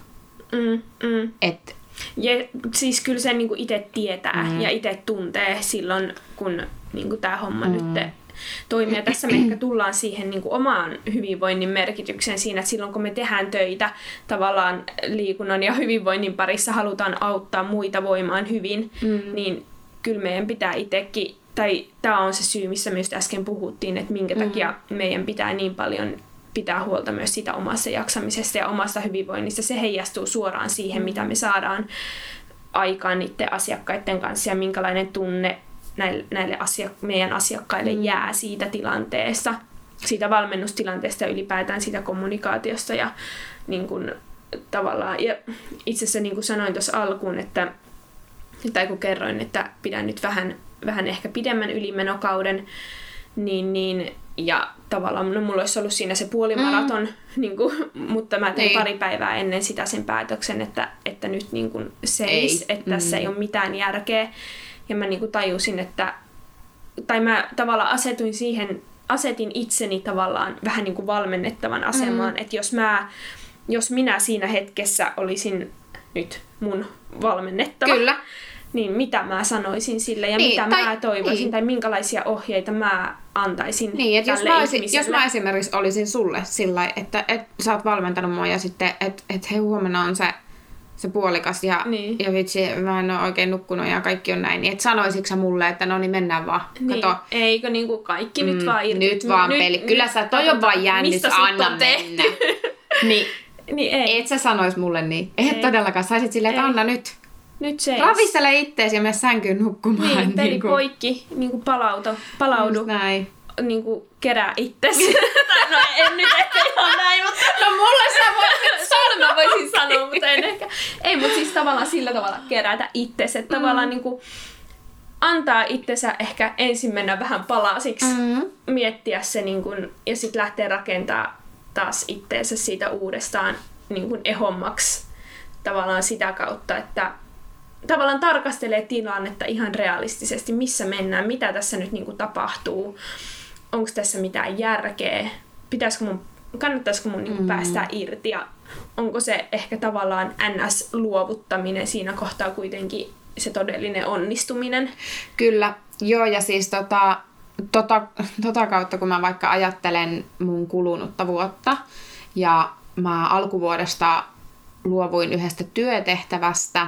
Speaker 2: Ja siis kyllä sen niin itse tietää ja itse tuntee silloin, kun niin tämä homma nyt toimii. Ja tässä me ehkä tullaan siihen niin omaan hyvinvoinnin merkitykseen siinä, että silloin kun me tehdään töitä tavallaan liikunnan ja hyvinvoinnin parissa, halutaan auttaa muita voimaan hyvin, niin kyllä meidän pitää itsekin, tai tämä on se syy, missä me just äsken puhuttiin, että minkä takia meidän pitää niin paljon pitää huolta myös siitä omasta jaksamisesta ja omasta hyvinvoinnista. Se heijastuu suoraan siihen, mitä me saadaan aikaan niiden asiakkaiden kanssa ja minkälainen tunne näille meidän asiakkaille jää siitä tilanteesta, siitä valmennustilanteesta ja ylipäätään siitä kommunikaatiosta. Ja, niin kuin, tavallaan, ja itse asiassa niin kuin sanoin tuossa alkuun, tai kun kerroin, että pidän nyt vähän ehkä pidemmän ylimenokauden, niin ja tavallaan no, mulla olisi ollut siinä se puolimaraton, niin kuin, mutta mä tein pari päivää ennen sitä sen päätöksen, että nyt niin kuin että tässä ei ole mitään järkeä. Ja mä niin kuin tajusin, tai mä tavallaan asetin itseni tavallaan vähän niin kuin valmennettavan asemaan, että jos minä siinä hetkessä olisin nyt mun valmennettava, kyllä, niin mitä mä sanoisin sille ja mitä mä toivoisin tai minkälaisia ohjeita mä antaisin tälle ihmiselle.
Speaker 3: Jos mä esimerkiksi olisin sulle sillä, että sä oot valmentanut mua ja sitten, että hei, huomenna on se puolikas ja vitsi, mä en ole oikein nukkunut ja kaikki on näin, niin et sanoisitko sä mulle, että no niin mennään vaan, kato.
Speaker 2: Eikö niinku kaikki nyt vaan irti.
Speaker 3: Nyt vaan peli. Kyllä sä toi on vaan jännys, anna mennä. Niin ei. Et sä sanois mulle niin. Et todellakaan. Saisit silleen, että Anna nyt seis. Ravistele itteesi ja mene sänkyyn nukkumaan.
Speaker 2: Niin, peli poikki, niinku palaudu.
Speaker 3: Just näin.
Speaker 2: Niinku kerää itsesi. No en nyt ehkä ihan näin, mutta
Speaker 3: no mulle sä voit
Speaker 2: mä voisin sanoa, mutta en ehkä. Ei, mutta siis tavallaan sillä tavalla kerätä itsesi. Että tavallaan niinku antaa itsensä ehkä ensin mennä vähän palasiksi, miettiä se niinku, ja sitten lähteä rakentamaan taas itteensä siitä uudestaan niin kuin ehommaksi tavallaan sitä kautta, että tavallaan tarkastelee tilannetta ihan realistisesti, missä mennään, mitä tässä nyt niin kuin tapahtuu, onko tässä mitään järkeä, kannattaisiko mun niin kuin päästää irti ja onko se ehkä tavallaan NS-luovuttaminen siinä kohtaa kuitenkin se todellinen onnistuminen.
Speaker 3: Kyllä, joo ja siis tota kautta, kun mä vaikka ajattelen mun kulunutta vuotta ja mä alkuvuodesta luovuin yhdestä työtehtävästä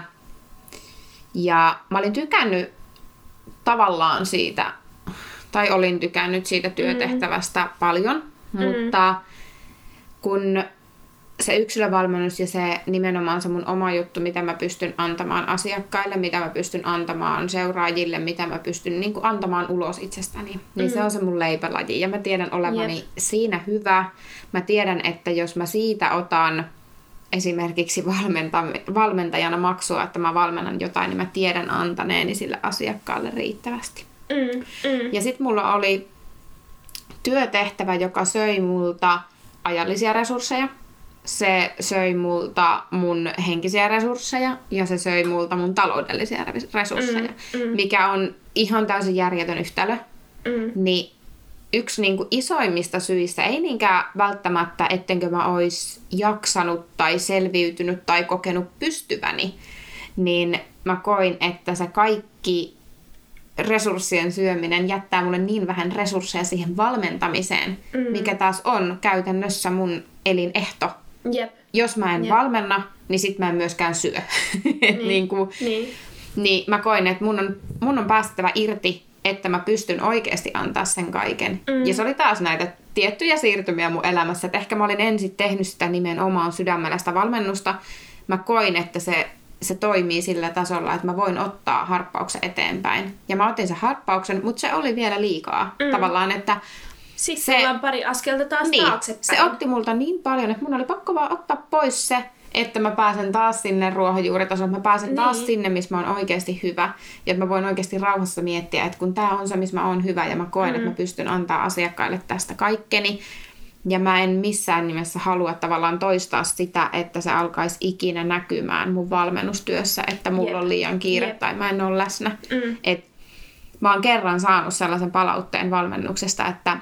Speaker 3: ja mä olin tykännyt tavallaan siitä, tai olin tykännyt siitä työtehtävästä paljon, mutta kun se yksilövalmennus ja se nimenomaan se mun oma juttu, mitä mä pystyn antamaan asiakkaille, mitä mä pystyn antamaan seuraajille, mitä mä pystyn niin kuin antamaan ulos itsestäni, niin se on se mun leipälaji. Ja mä tiedän olevani siinä hyvä. Mä tiedän, että jos mä siitä otan esimerkiksi valmentajana maksua, että mä valmennan jotain, niin mä tiedän antaneeni sille asiakkaalle riittävästi. Ja sit mulla oli työtehtävä, joka söi multa ajallisia resursseja. Se söi multa mun henkisiä resursseja ja se söi multa mun taloudellisia resursseja, mikä on ihan täysin järjetön yhtälö. Niin yksi niinku isoimmista syistä, ei niinkään välttämättä, ettenkö mä ois jaksanut tai selviytynyt tai kokenut pystyväni, niin mä koin, että se kaikki resurssien syöminen jättää mulle niin vähän resursseja siihen valmentamiseen, mikä taas on käytännössä mun elinehto.
Speaker 2: Jep.
Speaker 3: Jos mä en valmenna, niin sit mä en myöskään syö. Niin mä koin, että mun on päästävä irti, että mä pystyn oikeasti antaa sen kaiken. Ja se oli taas näitä tiettyjä siirtymiä mun elämässä. Että ehkä mä olin ensin tehnyt sitä nimenomaan sydämellä sitä valmennusta. Mä koin, että se toimii sillä tasolla, että mä voin ottaa harppauksen eteenpäin. Ja mä otin sen harppauksen, mutta se oli vielä liikaa. Tavallaan, että
Speaker 2: sitten ollaan pari askelta taas taaksepäin.
Speaker 3: Se otti multa niin paljon, että mun oli pakko vaan ottaa pois se, että mä pääsen taas sinne ruohonjuuritasolle, mä pääsen taas sinne, missä mä oon oikeasti hyvä. Ja että mä voin oikeasti rauhassa miettiä, että kun tää on se, missä mä oon hyvä ja mä koen, että mä pystyn antaa asiakkaille tästä kaikkeni. Ja mä en missään nimessä halua tavallaan toistaa sitä, että se alkaisi ikinä näkymään mun valmennustyössä, että mulla on liian kiire tai mä en ole läsnä. Mä oon kerran saanut sellaisen palautteen valmennuksesta, että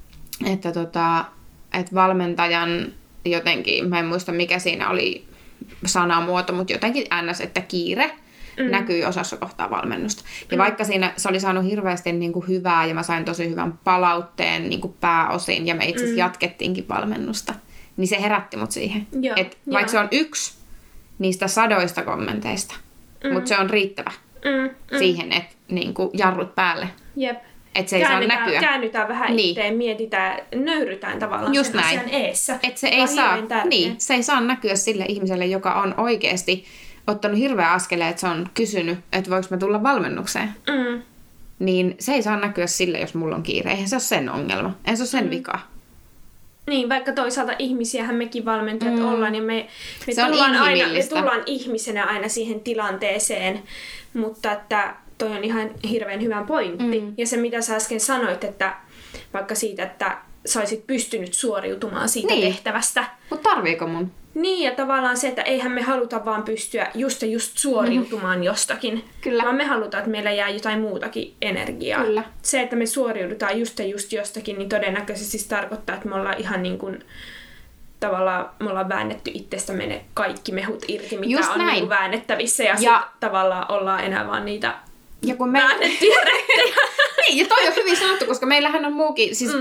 Speaker 3: valmentajan jotenkin, mä en muista mikä siinä oli sanamuoto, mutta jotenkin ns, että kiire näkyy osassa kohtaa valmennusta. Ja vaikka siinä se oli saanut hirveästi niin kuin hyvää ja mä sain tosi hyvän palautteen niin kuin pääosin ja me itse asiassa jatkettiinkin valmennusta, niin se herätti mut siihen. Että vaikka se on yksi niistä sadoista kommenteista, mutta se on riittävä siihen, että niin kuin jarrut päälle.
Speaker 2: Jep.
Speaker 3: että se ei saa näkyä.
Speaker 2: Käännytään vähän itteen, mietitään, nöyrytään tavallaan
Speaker 3: just
Speaker 2: sen
Speaker 3: näin.
Speaker 2: asian eessä.
Speaker 3: Että se ei se ei saa näkyä sille ihmiselle, joka on oikeasti ottanut hirveä askeleen, että se on kysynyt, että voiko mä tulla valmennukseen. Niin se ei saa näkyä sille, jos mulla on kiire. Eihän se ole sen ongelma. Eihän se ole sen vika.
Speaker 2: Niin, vaikka toisaalta ihmisiähän mekin valmentajat ollaan, ja me tullaan ihmisenä aina siihen tilanteeseen, mutta että toi on ihan hirveän hyvä pointti. Ja se, mitä sä äsken sanoit, että vaikka siitä, että sä olisit pystynyt suoriutumaan siitä tehtävästä.
Speaker 3: Mutta tarviiko mun?
Speaker 2: Niin, ja tavallaan se, että eihän me haluta vaan pystyä just suoriutumaan jostakin.
Speaker 3: Kyllä.
Speaker 2: Vaan me halutaan, että meillä jää jotain muutakin energiaa.
Speaker 3: Kyllä.
Speaker 2: Se, että me suoriudutaan just jostakin, niin todennäköisesti se tarkoittaa, että me ollaan ihan niin kuin tavallaan me ollaan väännetty itsestämme ne kaikki mehut irti, mitä just on niin väännettävissä. Ja sitten tavallaan ollaan enää vaan niitä väännettyjä rettejä.
Speaker 3: Niin, ja toi on hyvin sanottu, koska meillähän on muukin, siis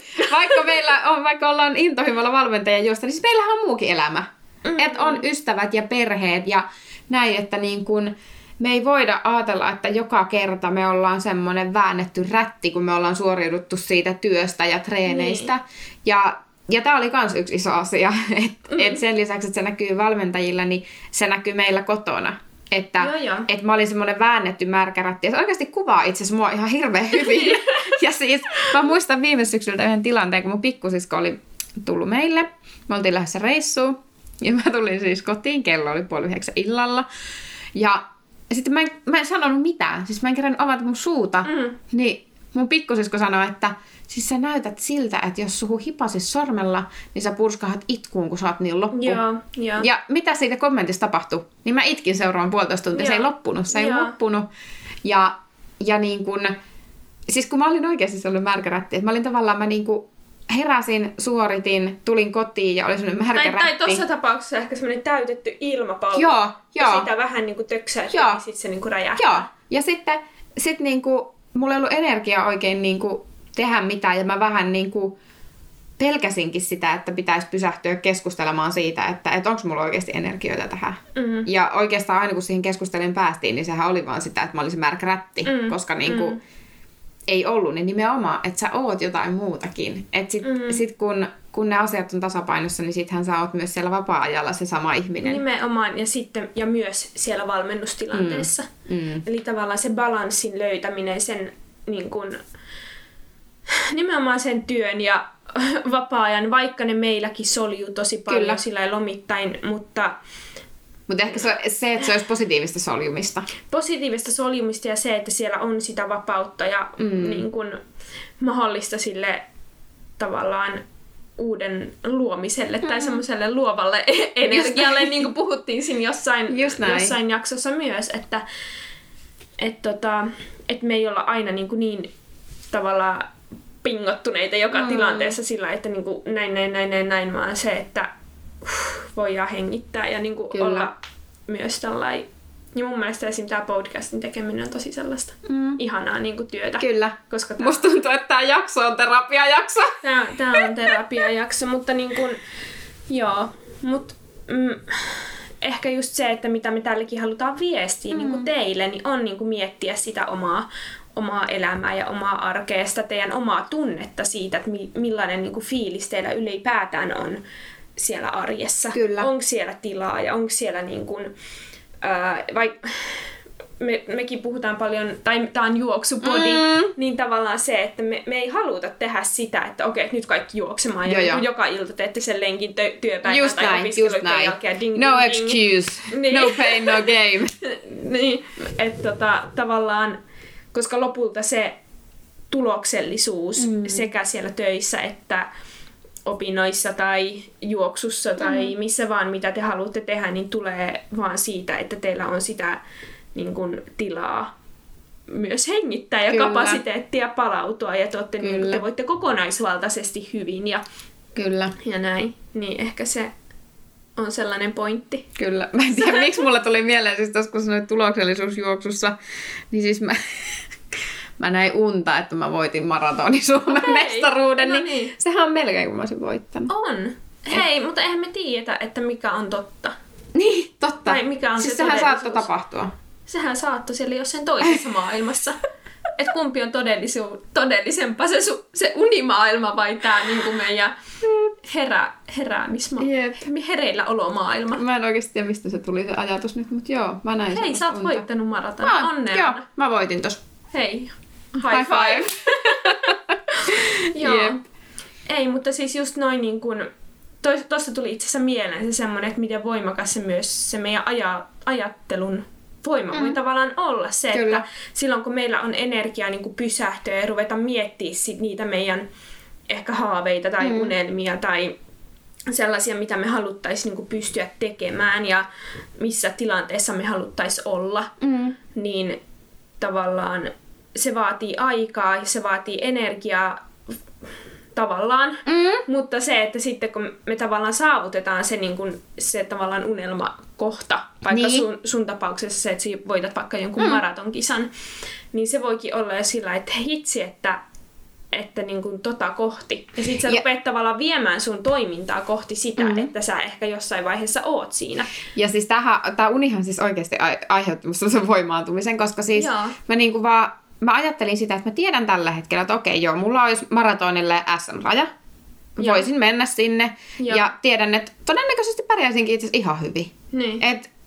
Speaker 3: vaikka ollaan intohimolla valmentajia juosta, niin siis meillähän on muukin elämä. Että on ystävät ja perheet ja näin, että niin kun me ei voida ajatella, että joka kerta me ollaan semmoinen väännetty rätti, kun me ollaan suoriuduttu siitä työstä ja treeneistä. Niin. Ja tää oli kans yksi iso asia, että sen lisäksi, että se näkyy valmentajilla, niin se näkyy meillä kotona. Että mä olin semmoinen väännetty märkärätti. Ja se oikeasti kuvaa itse asiassa mua ihan hirveän hyvin. Ja siis mä muistan viime syksyltä yhden tilanteen, kun mun pikkusisko oli tullut meille. Me oltiin lähdössä reissuun. Ja mä tulin siis kotiin, kello oli 8:30 illalla. Ja sitten mä en sanonut mitään. Siis mä en kerännyt avata mun suuta. Niin mun pikkusisko sanoi, että siis sä näytät siltä, että jos suhu hipasis sormella, niin sä purskahat itkuun, kun sä oot niin loppu.
Speaker 2: Joo.
Speaker 3: Ja mitä siitä kommentista tapahtui? Niin mä itkin seuraavan 1,5 tuntia. Se ei loppunut. Se ei loppunut. Ja niin kun, siis kun mä olin oikeasti sellainen märkärätti, että mä olin tavallaan, mä niin kun heräsin, suoritin, tulin kotiin ja oli sellainen märkärätti.
Speaker 2: Tai tossa tapauksessa ehkä sellainen täytetty ilmapallo.
Speaker 3: Joo.
Speaker 2: Ja sitä vähän niin kuin töksäyttää, niin sit se niin kuin räjähtää.
Speaker 3: Joo. Ja sitten niin kuin, mulla ei ollut energiaa oikein niin kuin tehdä mitään, ja mä vähän niin kuin pelkäsinkin sitä, että pitäisi pysähtyä keskustelemaan siitä, että onko mulla oikeasti energioita tähän. Ja oikeastaan aina kun siihen keskusteluun päästiin, niin sehän oli vaan sitä, että mä olisin märkä rätti, koska niin kuin ei ollut, niin nimenomaan, että sä oot jotain muutakin. Että sit kun ne asiat on tasapainossa, niin sittenhän sä oot myös siellä vapaa-ajalla se sama ihminen.
Speaker 2: Nimenomaan, ja myös siellä valmennustilanteessa. Eli tavallaan se balanssin löytäminen, sen niin kun, nimenomaan sen työn ja vapaa-ajan, vaikka ne meilläkin soljuu tosi paljon sillä lomittain, mutta
Speaker 3: ehkä se, että se olisi positiivista soljumista.
Speaker 2: Positiivista soljumista ja se, että siellä on sitä vapautta ja niin kun, mahdollista sille tavallaan uuden luomiselle tai semmoiselle luovalle energialle, niin kuin puhuttiin siinä jossain jaksossa myös, että me ei olla aina niin tavallaan pingottuneita joka tilanteessa sillä, että niin kuin näin, vaan se, että voidaan hengittää ja niin kuin olla myös tällainen. Ja mun mielestä esimerkiksi tämä podcastin tekeminen on tosi sellaista ihanaa niin kuin työtä.
Speaker 3: Kyllä. Koska musta tuntuu, että tämä jakso on terapiajakso.
Speaker 2: Tämä on terapiajakso, mutta niin kuin, ehkä just se, että mitä me tälläkin halutaan viestiä niin kuin teille, niin on niin kuin miettiä sitä omaa elämää ja omaa arkea, sitä teidän omaa tunnetta siitä, että millainen niin kuin fiilis teillä ylipäätään on siellä arjessa.
Speaker 3: Kyllä.
Speaker 2: Onko siellä tilaa ja onko siellä niin kuin, mekin puhutaan paljon, tai tämä on juoksupodi, niin tavallaan se, että me ei haluta tehdä sitä, että okei, nyt kaikki juoksemaan ja joka ilta teette sen lenkin työpäivän tai opiskeluiden jälkeen. Ding,
Speaker 3: no
Speaker 2: ding,
Speaker 3: excuse, niin. No pain, no game.
Speaker 2: Niin, että tavallaan, koska lopulta se tuloksellisuus sekä siellä töissä että opinnoissa tai juoksussa tai missä vaan mitä te haluatte tehdä, niin tulee vaan siitä, että teillä on sitä niin kuin, tilaa myös hengittää ja kapasiteettia palautua ja te voitte kokonaisvaltaisesti hyvin ja näin. Niin ehkä se on sellainen pointti.
Speaker 3: Kyllä. Mä en tiedä, miksi mulle tuli mieleen, siis tos, kun sanoit tuloksellisuusjuoksussa, niin siis mä näin unta, että mä voitin maratonin Suomen mestaruuden, niin sehän on melkein kuin mä olisin voittanut.
Speaker 2: On. Hei, mutta eihän me tiedetä, että mikä on totta.
Speaker 3: Niin, totta.
Speaker 2: Tai mikä on
Speaker 3: siis
Speaker 2: se
Speaker 3: sehän saattoi tapahtua.
Speaker 2: Sehän saattoi siellä jossain toisessa maailmassa. että kumpi on todellisempaa, se unimaailma vai tää niinku meidän hereillä olomaailma.
Speaker 3: Mä en oikeasti tiedä, mistä se tuli se ajatus nyt, mutta joo, mä näin.
Speaker 2: Hei, sä oot voittanut maraton. Onnea.
Speaker 3: Joo, mä voitin tossa.
Speaker 2: Hei, high five. Joo. Yep. Ei, mutta siis just noin niin kuin, tuosta tuli itse asiassa mieleen se semmoinen, että miten voimakas se myös se meidän ajattelun voima voi tavallaan olla. Se, kyllä. Että silloin kun meillä on energiaa niin kuin pysähtyä ja ruveta miettimään niitä meidän ehkä haaveita tai unelmia tai sellaisia, mitä me haluttaisiin niin kuin pystyä tekemään ja missä tilanteessa me haluttaisiin olla, niin tavallaan se vaatii aikaa ja se vaatii energiaa tavallaan, mutta se, että sitten kun me tavallaan saavutetaan se, niin kuin, se tavallaan unelmakohta, vaikka niin. sun tapauksessa se, että sä voitat vaikka jonkun maratonkisan, niin se voikin olla jo sillä, että hitsi, että niin kuin kohti. Ja sit sä rupeat tavallaan viemään sun toimintaa kohti sitä, että sä ehkä jossain vaiheessa oot siinä.
Speaker 3: Ja siis tää unihan siis oikeasti aiheutti musta sen voimaantumisen, koska siis mä niinku vaan mä ajattelin sitä, että mä tiedän tällä hetkellä, että okei, joo, mulla olisi maratonille SM-raja. Voisin mennä sinne. Ja tiedän, että todennäköisesti pärjäisinkin itse asiassa ihan hyvin.
Speaker 2: Niin.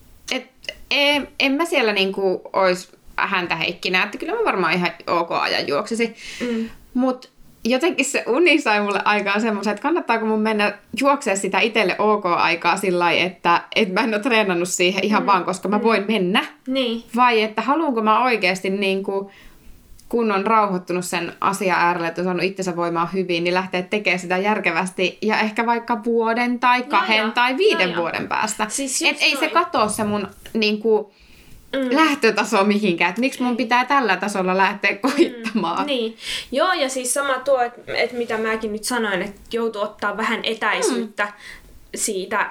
Speaker 3: En mä siellä niinku olisi häntä heikkinä, että kyllä mä varmaan ihan ok ajan juoksisi. Mut jotenkin se uni sai mulle aikaan semmoisen, että kannattaako mun mennä juoksemaan sitä itselle ok-aikaa sillä lailla, että mä en ole treenannut siihen ihan vaan, koska mä voin mennä.
Speaker 2: Niin.
Speaker 3: Vai että haluanko mä oikeasti niinku, kun on rauhoittunut sen asian äärelle, että on saanut itsensä voimaa hyvin, niin lähtee tekemään sitä järkevästi ja ehkä vaikka vuoden tai 2 tai 5 vuoden päästä. Siis et ei se katoa se mun niinku, lähtötaso mihinkään, että miksi mun pitää tällä tasolla lähteä koittamaan.
Speaker 2: Niin. Joo, ja siis sama tuo, että mitä mäkin nyt sanoin, että joutuu ottaa vähän etäisyyttä siitä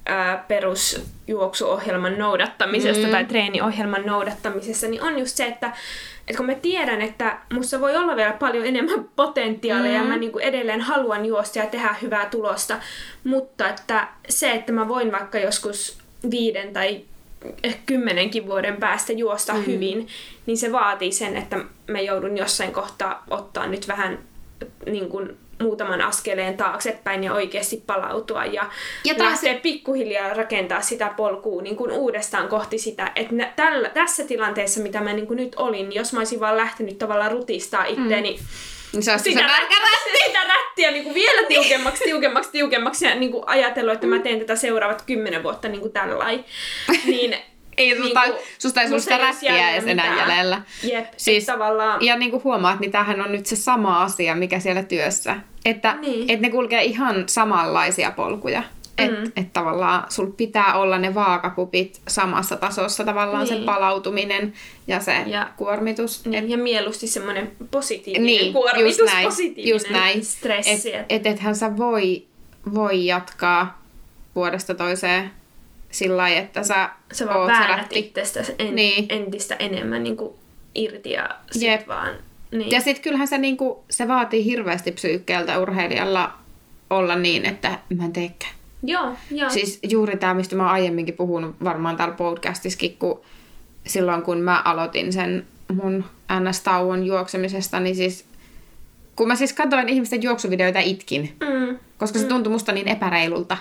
Speaker 2: perusjuoksuohjelman noudattamisesta tai treeniohjelman noudattamisesta, niin on just se, että kun mä tiedän, että musta voi olla vielä paljon enemmän potentiaalia ja mä niinku edelleen haluan juosta ja tehdä hyvää tulosta, mutta että se, että mä voin vaikka joskus 5 tai 10 vuoden päästä juosta hyvin, niin se vaatii sen, että mä joudun jossain kohtaa ottaa nyt vähän niin kuin muutaman askeleen taaksepäin ja oikeasti palautua ja lähteä pikkuhiljaa rakentaa sitä polkua niin kuin uudestaan kohti sitä, että tässä tilanteessa, mitä mä niin kuin nyt olin, jos mä olisin vaan lähtenyt tavallaan rutistaa itteeni sitä rättiä niin kuin vielä tiukemmaksi ja niin kuin ajatellut, että mä teen tätä seuraavat 10 vuotta niin kuin tällainen. Niin,
Speaker 3: ei susta ei sitä rättiä edes enää jäljellä.
Speaker 2: Jep, siis, tavallaan.
Speaker 3: Ja niin kuin huomaat, niin tämähän on nyt se sama asia, mikä siellä työssä. Että ne kulkee ihan samanlaisia polkuja. Että tavallaan sul pitää olla ne vaakakupit samassa tasossa, tavallaan se palautuminen ja se kuormitus.
Speaker 2: Niin, ja mieluusti semmoinen positiivinen kuormitus, positiivinen stressi.
Speaker 3: Ethän sä voi jatkaa vuodesta toiseen sillä lailla, että sä
Speaker 2: vaan väännät itsestäsi entistä enemmän niin kuin irti ja sit vaan. Niin.
Speaker 3: Ja sit kyllähän se, niin kuin, se vaatii hirveästi psyykkeeltä urheilijalla olla niin, että mä en teekään.
Speaker 2: Joo.
Speaker 3: Siis juuri tämä, mistä mä oon aiemminkin puhunut varmaan täällä podcastissakin, kun silloin kun mä aloitin sen mun NS-tauon juoksemisesta, niin siis kun mä siis katsoin ihmisten juoksuvideoita itkin, koska se tuntui musta niin epäreilulta.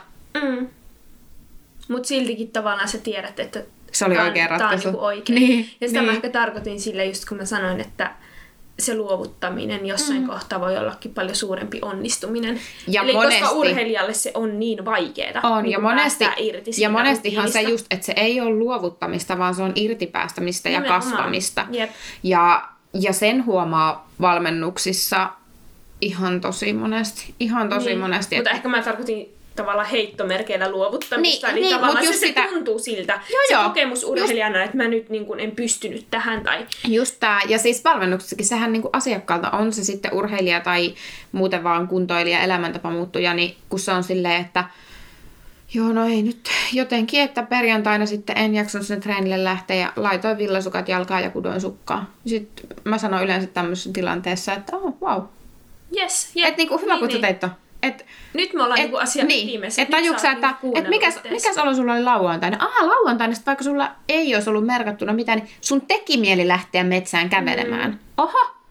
Speaker 2: Mut siltikin tavallaan sä tiedät, että
Speaker 3: se oli oikea ratkaisu.
Speaker 2: Tää on niinku oikein.
Speaker 3: Niin,
Speaker 2: ja sitä mä ehkä tarkoitin sille just kun mä sanoin, että se luovuttaminen jossain kohtaa voi ollakin paljon suurempi onnistuminen.
Speaker 3: Ja
Speaker 2: eli
Speaker 3: monesti,
Speaker 2: koska urheilijalle se on niin vaikeeta
Speaker 3: on,
Speaker 2: niin
Speaker 3: ja monesti,
Speaker 2: irti
Speaker 3: ja monestihan se just, että se ei ole luovuttamista, vaan se on irtipäästämistä ja kasvamista. Ja sen huomaa valmennuksissa ihan tosi monesti.
Speaker 2: Mutta ehkä mä tarkoitin tavallaan heittomerkeillä luovuttamista, eli tavallaan se tuntuu siltä. Se kokemus urheilijana, että mä nyt niin kuin en pystynyt tähän. Tai
Speaker 3: just tää. Ja siis valmennuksessakin sehän niin kuin asiakkaalta on se sitten urheilija tai muuten vaan kuntoilija, elämäntapamuuttuja, niin kun se on silleen, että joo, no ei nyt jotenkin, että perjantaina sitten en jaksanut sen treenille lähteä ja laitoin villasukat jalkaan ja kudoin sukkaa. Sitten mä sanon yleensä tämmöisessä tilanteessa, että wow.
Speaker 2: Yes,
Speaker 3: että niinku hyvä, kun sä teit ton.
Speaker 2: Nyt me ollaan niinku asian ytimessä.
Speaker 3: Että tajuuksä, että mikäs olo sulla oli lauantaina? Lauantaina, vaikka sulla ei olisi ollut merkattuna mitään, niin sun teki mieli lähteä metsään kävelemään. Oho,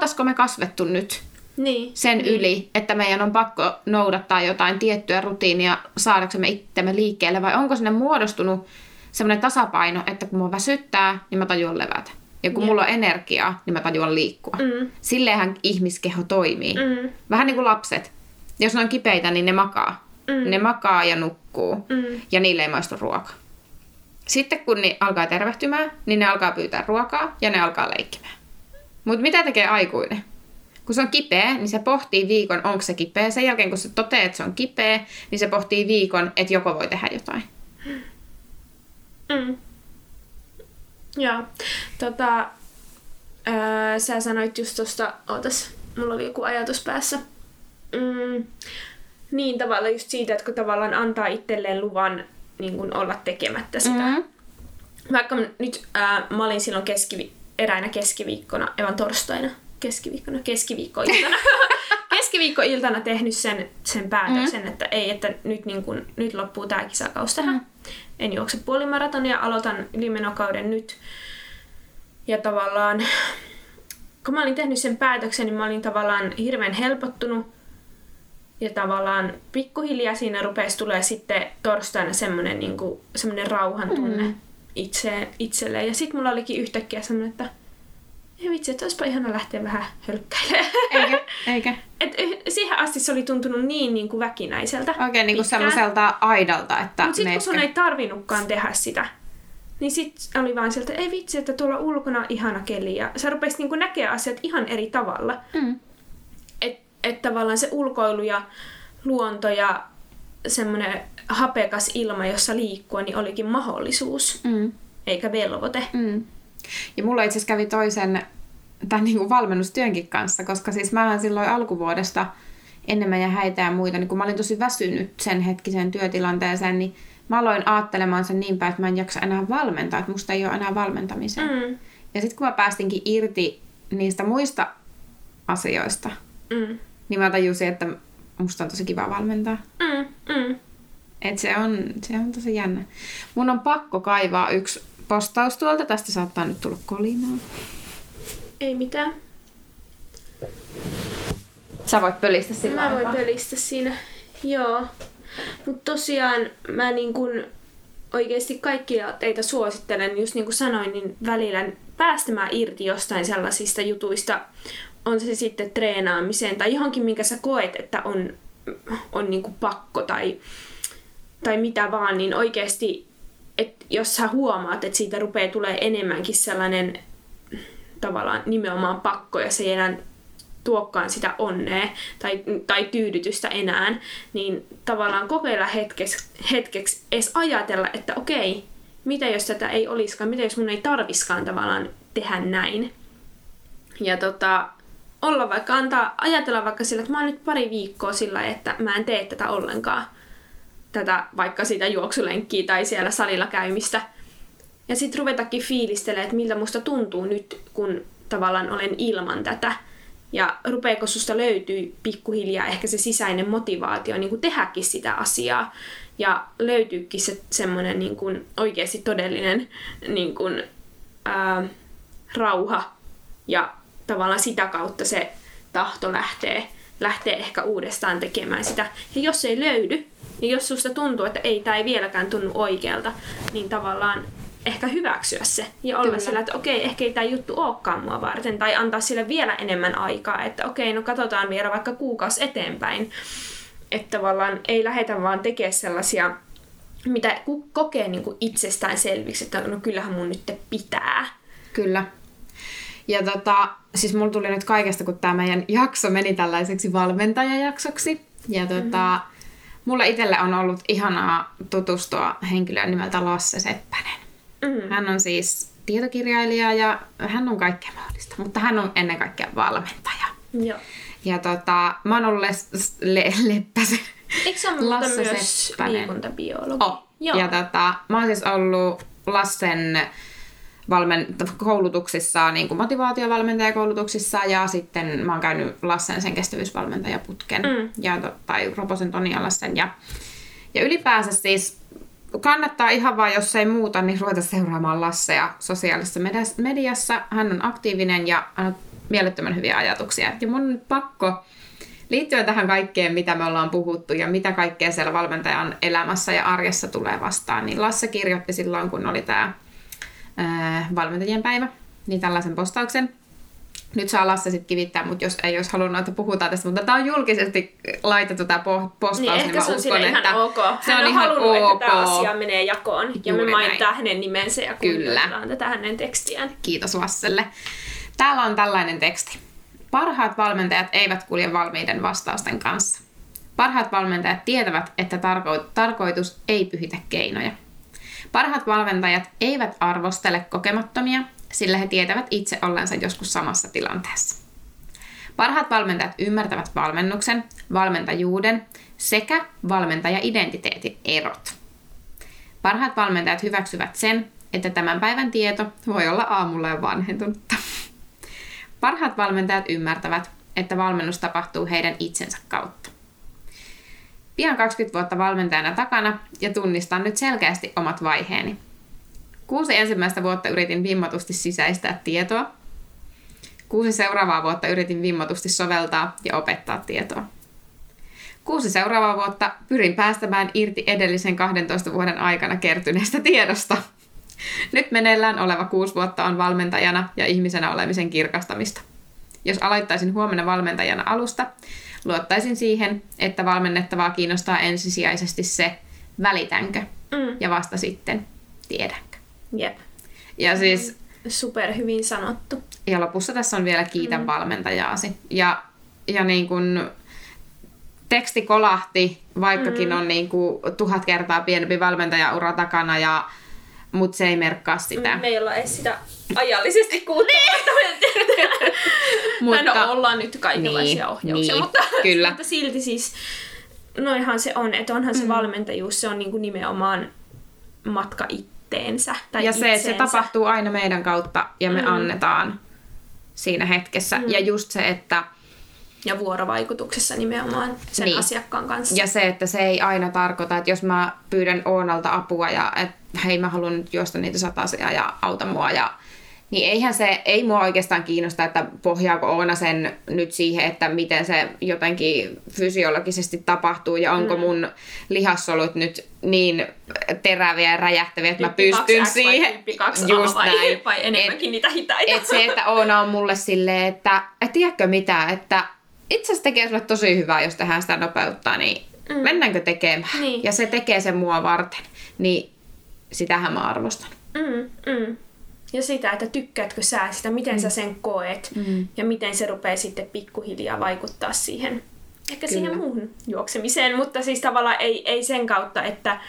Speaker 3: ollaisiko me kasvettu nyt sen yli, että meidän on pakko noudattaa jotain tiettyä rutiinia saadaksemme itsemme liikkeelle, vai onko sinne muodostunut semmoinen tasapaino, että kun mua väsyttää, niin mä tajuan levätä. Ja kun mulla on energiaa, niin mä tajuan liikkua. Silleenhän ihmiskeho toimii. Vähän niin kuin lapset. Jos ne on kipeitä, niin ne makaa. Ne makaa ja nukkuu. Ja niille ei maistu ruoka. Sitten kun ne alkaa tervehtymään, niin ne alkaa pyytää ruokaa ja ne alkaa leikkimään. Mutta mitä tekee aikuinen? Kun se on kipeä, niin se pohtii viikon, onko se kipeä. Sen jälkeen, kun se toteaa, että se on kipeä, niin se pohtii viikon, että joko voi tehdä jotain.
Speaker 2: Joo. Sä sanoit just tosta, mulla oli joku ajatus päässä. Niin tavallaan just siitä, että kun tavallaan antaa itselleen luvan niin kun olla tekemättä sitä. Vaikka nyt mä olin silloin eräänä torstaina, keskiviikkoiltana tehnyt sen päätöksen, että ei, että nyt loppuu tää kisakaus tähän. En juokse puolimaratonia, aloitan ylimenokauden nyt. Ja tavallaan, kun mä olin tehnyt sen päätöksen, niin mä olin tavallaan hirveän helpottunut. Ja tavallaan pikkuhiljaa siinä rupesi tulee sitten torstaina semmoinen rauhan tunne itselleen. Ja sitten mulla olikin yhtäkkiä semmoinen, että ei vitsi, että olisipa ihana lähteä vähän hölkkäilemään.
Speaker 3: Eikä.
Speaker 2: Siihen asti se oli tuntunut niin kuin väkinäiseltä.
Speaker 3: Oikein niin kuin semmoiselta aidalta, että
Speaker 2: mutta sitten kun sun ei tarvinnutkaan tehdä sitä, niin sitten oli vaan sieltä, ei vitsi, että tuolla ulkona on ihana keli. Ja sä rupesit niin kuin näkemään asiat ihan eri tavalla. Että tavallaan se ulkoilu ja luonto ja semmoinen hapekas ilma, jossa liikkua, niin olikin mahdollisuus, eikä velvoite.
Speaker 3: Ja mulla itse asiassa kävi toisen tämän niin kuin valmennustyönkin kanssa, koska siis mähän silloin alkuvuodesta ennen meidän häitä ja muita, niin kun mä olin tosi väsynyt sen hetkisen työtilanteeseen, niin mä aloin ajattelemaan sen niin päin, että mä en jaksa enää valmentaa, että musta ei ole enää valmentamiseen. Ja sitten kun mä päästinkin irti niistä muista asioista, niin mä tajusin, että musta on tosi kiva valmentaa. Et se on tosi jännä. Mun on pakko kaivaa yksi postaus tuolta. Tästä saattaa nyt tulla kolinaa.
Speaker 2: Ei mitään.
Speaker 3: Sä voit pölistä sillä
Speaker 2: aikaa. Mä voin pölistä siinä. Joo. Mut tosiaan mä niin kun oikeesti kaikkia teitä suosittelen, just niin kuin sanoin, niin välillä päästämään irti jostain sellaisista jutuista. On se sitten treenaamiseen tai johonkin, minkä sä koet, että on niin kuin pakko tai mitä vaan, niin oikeasti, että jos sä huomaat, että siitä rupeaa tulee enemmänkin sellainen tavallaan nimenomaan pakko ja se ei enää tuokkaan sitä onnea tai tyydytystä enää, niin tavallaan kokeilla hetkeksi edes ajatella, että okei, mitä jos tätä ei olisikaan, mitä jos mun ei tarviskaan tavallaan tehdä näin. Ja olla vaikka, ajatella vaikka sillä, että mä oon nyt pari viikkoa sillä, että mä en tee tätä ollenkaan. Tätä vaikka sitä juoksulenkkiä tai siellä salilla käymistä. Ja sitten ruvetakin fiilistelemään, että miltä musta tuntuu nyt, kun tavallaan olen ilman tätä. Ja rupeeko susta löytyy pikkuhiljaa ehkä se sisäinen motivaatio niin kuin tehdäkin sitä asiaa. Ja löytyykin se semmoinen niin kuin oikeasti todellinen niin kuin, rauha. Ja tavallaan sitä kautta se tahto lähtee ehkä uudestaan tekemään sitä. Ja jos ei löydy, niin jos susta tuntuu, että tää ei vieläkään tunnu oikealta, niin tavallaan ehkä hyväksyä se. Ja olla sillä, että okei, ehkä ei tää juttu olekaan mua varten. Tai antaa sille vielä enemmän aikaa, että okei, no katsotaan vielä vaikka kuukausi eteenpäin. Että tavallaan ei lähdetä vaan tekemään sellaisia, mitä kokee niin kuin itsestään selviksi, että no kyllähän mun nyt pitää.
Speaker 3: Kyllä. Ja siis mulla tuli nyt kaikesta, kun tää meidän jakso meni tällaiseksi valmentajajaksoksi. Ja mulla itselle on ollut ihanaa tutustua henkilöön nimeltä Lasse Seppänen. Hän on siis tietokirjailija ja hän on kaikkea mahdollista, mutta hän on ennen kaikkea valmentaja.
Speaker 2: Joo.
Speaker 3: Ja mä oon ollut Leppäsen.
Speaker 2: Eikö se ole Lasse myös liikuntabiologi?
Speaker 3: Joo. Ja mä oon siis ollut Lassen koulutuksissa, niin kuin motivaatiovalmentajakoulutuksissa ja sitten mä oon käynyt Lassen sen kestävyysvalmentajaputken tai Roposen Tonia Lassen. Ja ylipäänsä siis kannattaa ihan vaan, jos ei muuta, niin ruveta seuraamaan Lassea sosiaalisessa mediassa. Hän on aktiivinen ja mielettömän hyviä ajatuksia. Ja mun on nyt pakko, liittyen tähän kaikkeen, mitä me ollaan puhuttu ja mitä kaikkea siellä valmentajan elämässä ja arjessa tulee vastaan, niin Lasse kirjoitti silloin, kun oli tämä valmentajien päivä, niin tällaisen postauksen. Nyt saa Lasse sitten kivittää, mutta jos ei olisi halunnut, että puhutaan tästä, mutta tämä on julkisesti laitettu tämä postaus,
Speaker 2: niin
Speaker 3: niin mä uskon, että
Speaker 2: ihan ok.
Speaker 3: se on ihan
Speaker 2: halunnut,
Speaker 3: ok.
Speaker 2: että tämä asia menee jakoon. Ja
Speaker 3: Juuri
Speaker 2: me mainitaan hänen nimensä ja kuunnellaan tätä hänen tekstiään.
Speaker 3: Kiitos Lasselle. Täällä on tällainen teksti. Parhaat valmentajat eivät kulje valmiiden vastausten kanssa. Parhaat valmentajat tietävät, että tarkoitus ei pyhitä keinoja. Parhaat valmentajat eivät arvostele kokemattomia, sillä he tietävät itse ollensa joskus samassa tilanteessa. Parhaat valmentajat ymmärtävät valmennuksen, valmentajuuden sekä valmentaja-identiteetin erot. Parhaat valmentajat hyväksyvät sen, että tämän päivän tieto voi olla aamulla jo vanhentunutta. Parhaat valmentajat ymmärtävät, että valmennus tapahtuu heidän itsensä kautta. Pian 20 vuotta valmentajana takana ja tunnistan nyt selkeästi omat vaiheeni. 6 ensimmäistä vuotta yritin vimmatusti sisäistää tietoa. 6 seuraavaa vuotta yritin vimmatusti soveltaa ja opettaa tietoa. 6 seuraavaa vuotta pyrin päästämään irti edellisen 12 vuoden aikana kertyneestä tiedosta. Nyt meneillään oleva 6 vuotta on valmentajana ja ihmisenä olemisen kirkastamista. Jos aloittaisin huomenna valmentajana alusta, luottaisin siihen, että valmennettavaa kiinnostaa ensisijaisesti se, välitänkö, ja vasta sitten, tiedänkö.
Speaker 2: Jep.
Speaker 3: Ja siis
Speaker 2: super hyvin sanottu.
Speaker 3: Ja lopussa tässä on vielä kiitän valmentajaasi. Ja niin kun teksti kolahti, vaikkakin on niin kuin 1000 kertaa pienempi valmentajaura takana, mutta se ei merkkaa sitä.
Speaker 2: Me ei olla edes sitä ajallisesti kuultamatta. No ollaan nyt kaikenlaisia ohjauksia, mutta,
Speaker 3: kyllä.
Speaker 2: mutta silti siis noihan se on, että onhan se valmentajuus, se on niin kuin nimenomaan matka itteensä. Tai
Speaker 3: ja se tapahtuu aina meidän kautta ja me annetaan siinä hetkessä. Ja just se, että
Speaker 2: ja vuorovaikutuksessa nimenomaan sen asiakkaan kanssa.
Speaker 3: Ja se, että se ei aina tarkoita, että jos mä pyydän Oonalta apua ja että hei mä haluan nyt juosta niitä satasia ja auta mua niin eihän se, ei mua oikeastaan kiinnosta, että pohjaako Oona sen nyt siihen, että miten se jotenkin fysiologisesti tapahtuu ja onko mun lihassolut nyt niin teräviä ja räjähtäviä, että mä pystyn siihen.
Speaker 2: Just näin. Vai enemmänkin niitä hitaita.
Speaker 3: Et se, että Oona on mulle silleen, että tiedätkö mitä, että itse asiassa tekee sulle tosi hyvää, jos tehdään sitä nopeutta, niin mennäänkö tekemään? Niin. Ja se tekee sen mua varten. Niin sitähän mä arvostan.
Speaker 2: Ja sitä, että tykkäätkö sä sitä, miten sä sen koet ja miten se rupeaa sitten pikkuhiljaa vaikuttaa siihen, ehkä siihen muuhun juoksemiseen, mutta siis tavallaan ei sen kautta, että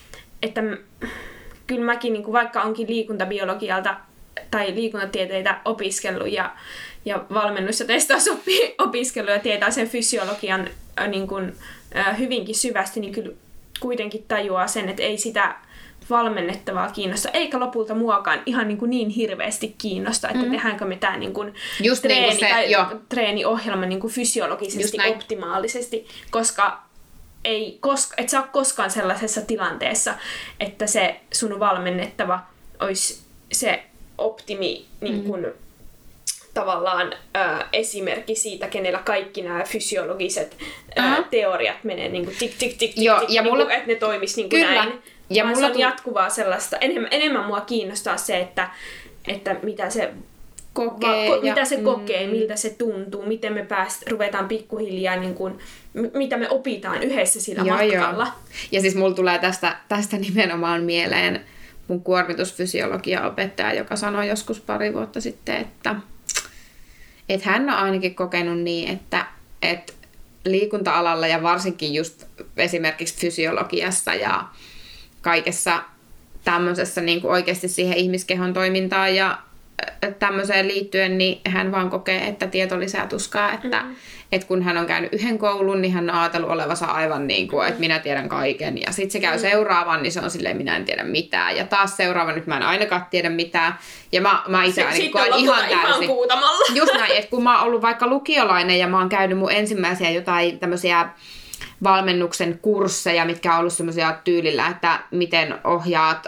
Speaker 2: kyllä mäkin niin kuin vaikka onkin liikuntabiologialta tai liikuntatieteitä opiskellut ja valmennus- ja testausopiskellut ja tietää sen fysiologian niin kuin, hyvinkin syvästi, niin kyllä kuitenkin tajuaa sen, että ei sitä valmennettavaa kiinnosta, eikä lopulta muakaan ihan niin hirveästi kiinnosta, että tehdäänkö me tämä treeniohjelma fysiologisesti optimaalisesti, koska et sä ole koskaan sellaisessa tilanteessa, että se sun valmennettava olisi se optimi tavallaan esimerkki siitä, kenellä kaikki nämä fysiologiset teoriat menee tik, että ne toimisi näin. Ja vaan se on jatkuvaa sellaista. Enemmän mua kiinnostaa se, että mitä se kokee, miltä se tuntuu, miten me ruvetaan pikkuhiljaa, mitä me opitaan yhdessä sillä matkalla.
Speaker 3: Joo. Ja siis mulla tulee tästä nimenomaan mieleen mun kuormitusfysiologia-opettaja, joka sanoi joskus pari vuotta sitten, että hän on ainakin kokenut niin, että liikunta-alalla ja varsinkin just esimerkiksi fysiologiassa ja kaikessa tämmöisessä niin kuin oikeasti siihen ihmiskehon toimintaan ja tämmöiseen liittyen, niin hän vaan kokee, että tieto lisää tuskaa, että kun hän on käynyt yhden koulun, niin hän on ajatellut olevansa aivan niin kuin, että minä tiedän kaiken. Ja sitten se käy seuraavan, niin se on silleen, minä en tiedä mitään. Ja taas seuraava, nyt mä en ainakaan tiedä mitään. Ja mä itse ainakin koen ihan täysin. Just näin, että kun mä oon ollut vaikka lukiolainen ja mä oon käynyt mun ensimmäisiä jotain tämmöisiä valmennuksen kursseja, mitkä on ollut semmoisia tyylillä, että miten ohjaat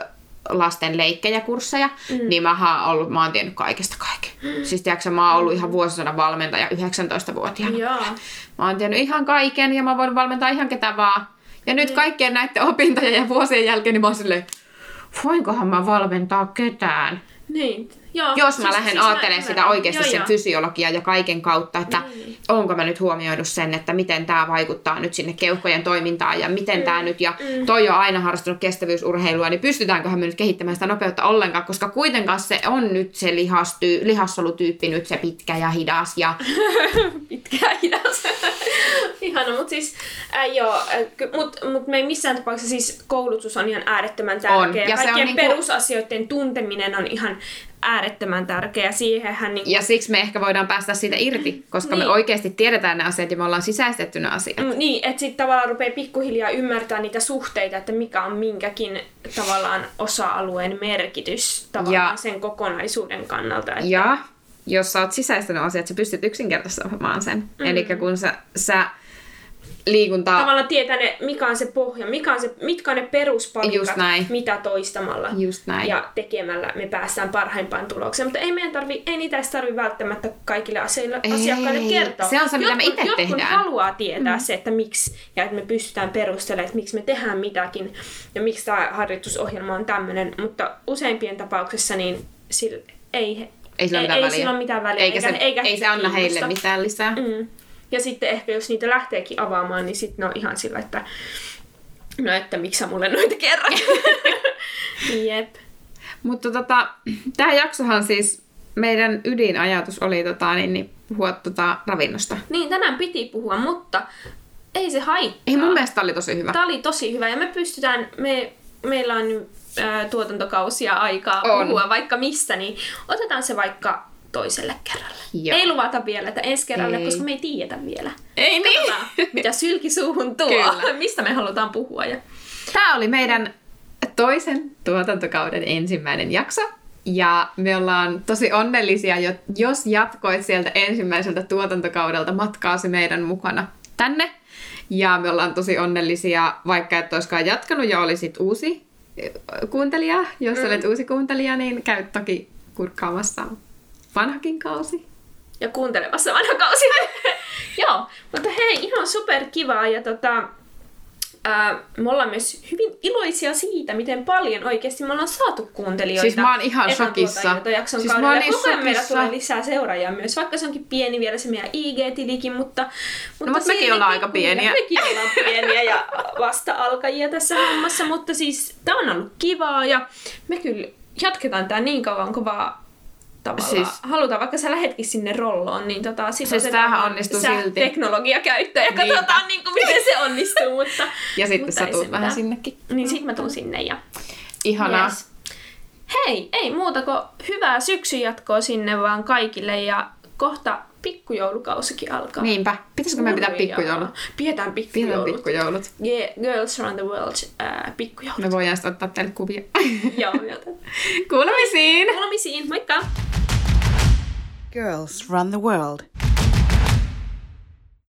Speaker 3: lasten leikkejä kursseja, niin mä oon tiennyt kaikesta kaiken. Siis tiedätkö, mä oon ollut ihan vuosisadan valmentaja 19-vuotiaana. Mä oon tiennyt ihan kaiken ja mä voin valmentaa ihan ketä vaan. Ja nyt kaikkien näiden opintojen ja vuosien jälkeen niin mä oon silleen, voinkohan mä valmentaa ketään?
Speaker 2: Niin. Joo,
Speaker 3: jos mä lähden ajattelemaan sitä oikeasti sen fysiologiaa ja kaiken kautta, että onko mä nyt huomioinut sen, että miten tämä vaikuttaa nyt sinne keuhkojen toimintaan ja miten tämä nyt, ja toi on aina harrastanut kestävyysurheilua, niin pystytäänköhän me nyt kehittämään sitä nopeutta ollenkaan, koska kuitenkaan se on nyt se lihassolutyyppi nyt se pitkä ja hidas. Ja...
Speaker 2: pitkä ja hidas. Ihana, mutta siis mut me ei missään tapauksessa siis koulutus on ihan äärettömän tärkeä. Ja kaikkien perusasioiden tunteminen on ihan äärettömän tärkeä. Siihenhän
Speaker 3: ja siksi me ehkä voidaan päästä siitä irti, koska me oikeasti tiedetään ne asiat ja me ollaan sisäistetty ne asiat.
Speaker 2: Niin, että sitten tavallaan rupeaa pikkuhiljaa ymmärtää niitä suhteita, että mikä on minkäkin tavallaan osa-alueen merkitys tavallaan sen kokonaisuuden kannalta. Että...
Speaker 3: Ja jos sä oot sisäistänyt asiat, sä pystyt yksinkertaistamaan sen. Eli kun sä liikuntaa...
Speaker 2: Tavallaan tietää mikä on se pohja, mitkä on ne peruspalikat, mitä toistamalla ja tekemällä me päästään parhaimpaan tulokseen. Mutta ei niitä edes tarvitse välttämättä kaikille asiakkaille kertoa.
Speaker 3: Se on se, mitä me itse tehdään.
Speaker 2: Jotkut haluaa tietää se, että miksi, ja että me pystytään perustelemaan, että miksi me tehdään mitäkin, ja miksi tämä harjoitusohjelma on tämmöinen. Mutta useimpien tapauksessa niin ei sillä ole mitään väliä.
Speaker 3: Ei se anna heille mitään lisää.
Speaker 2: Ja sitten ehkä jos niitä lähteekin avaamaan, niin sitten ne on ihan sillä, että no että miksi sä mulle noita kerran. Jep.
Speaker 3: Mutta tämä jaksohan siis, meidän ydinajatus oli puhua ravinnosta.
Speaker 2: Niin, tänään piti puhua, mutta ei se haittaa.
Speaker 3: Ei, mun mielestä oli tosi hyvä.
Speaker 2: Tämä oli tosi hyvä ja me pystytään, meillä on tuotantokausia aikaa puhua vaikka mistä, niin otetaan se vaikka toiselle kerralle. Joo. Ei luvata vielä, että ensi kerralle, koska me ei tiedetä vielä.
Speaker 3: Ei niin.
Speaker 2: Mitä sylki suuhun tuo. Kyllä. Mistä me halutaan puhua.
Speaker 3: Tämä oli meidän toisen tuotantokauden ensimmäinen jakso. Ja me ollaan tosi onnellisia, jos jatkoit sieltä ensimmäiseltä tuotantokaudelta matkaasi meidän mukana tänne. Ja me ollaan tosi onnellisia, vaikka et olisikaan jatkanut ja olisit uusi kuuntelija. Jos olet uusi kuuntelija, niin käy toki kurkkaamassa vanhakin kausi.
Speaker 2: Ja kuuntelemassa vanha kausi. Joo, mutta hei, ihan superkivaa. Ja me ollaan myös hyvin iloisia siitä, miten paljon oikeasti me ollaan saatu kuuntelijoita.
Speaker 3: Siis mä oon ihan shokissa.
Speaker 2: Siis mä oon niin shokissa. Meillä tulee lisää seuraajia myös, vaikka se onkin pieni vielä se meidän IG-tilikin, mutta
Speaker 3: mekin ollaan aika pieniä.
Speaker 2: Mekin ollaan pieniä ja vasta-alkajia tässä hommassa, mutta siis tää on ollut kivaa ja me kyllä jatketaan tää niin kauan kuin vaan tavallaan halutaan, vaikka sä lähetkin sinne rolloon, niin
Speaker 3: siis tämähän onnistuu silti.
Speaker 2: Teknologia käyttöön ja katsotaan miten se onnistuu, mutta
Speaker 3: ja sitten sä tuut vähän sinnekin.
Speaker 2: Niin sit mä tuun sinne ja
Speaker 3: ihanaa. Yes.
Speaker 2: Hei, ei muuta kuin hyvää syksyn jatkoa sinne vaan kaikille ja kohta pikkujoulukausikin alkaa.
Speaker 3: Niinpä. Pitäisikö me pitää pikkujoulut?
Speaker 2: Pidetään pikkujoulut.
Speaker 3: Yeah,
Speaker 2: Girls Around the World pikkujoulut.
Speaker 3: Me voidaan sitten ottaa teille kuvia.
Speaker 2: Joo,
Speaker 3: Kuulemisiin!
Speaker 2: Moikka!
Speaker 1: Girls Run the World.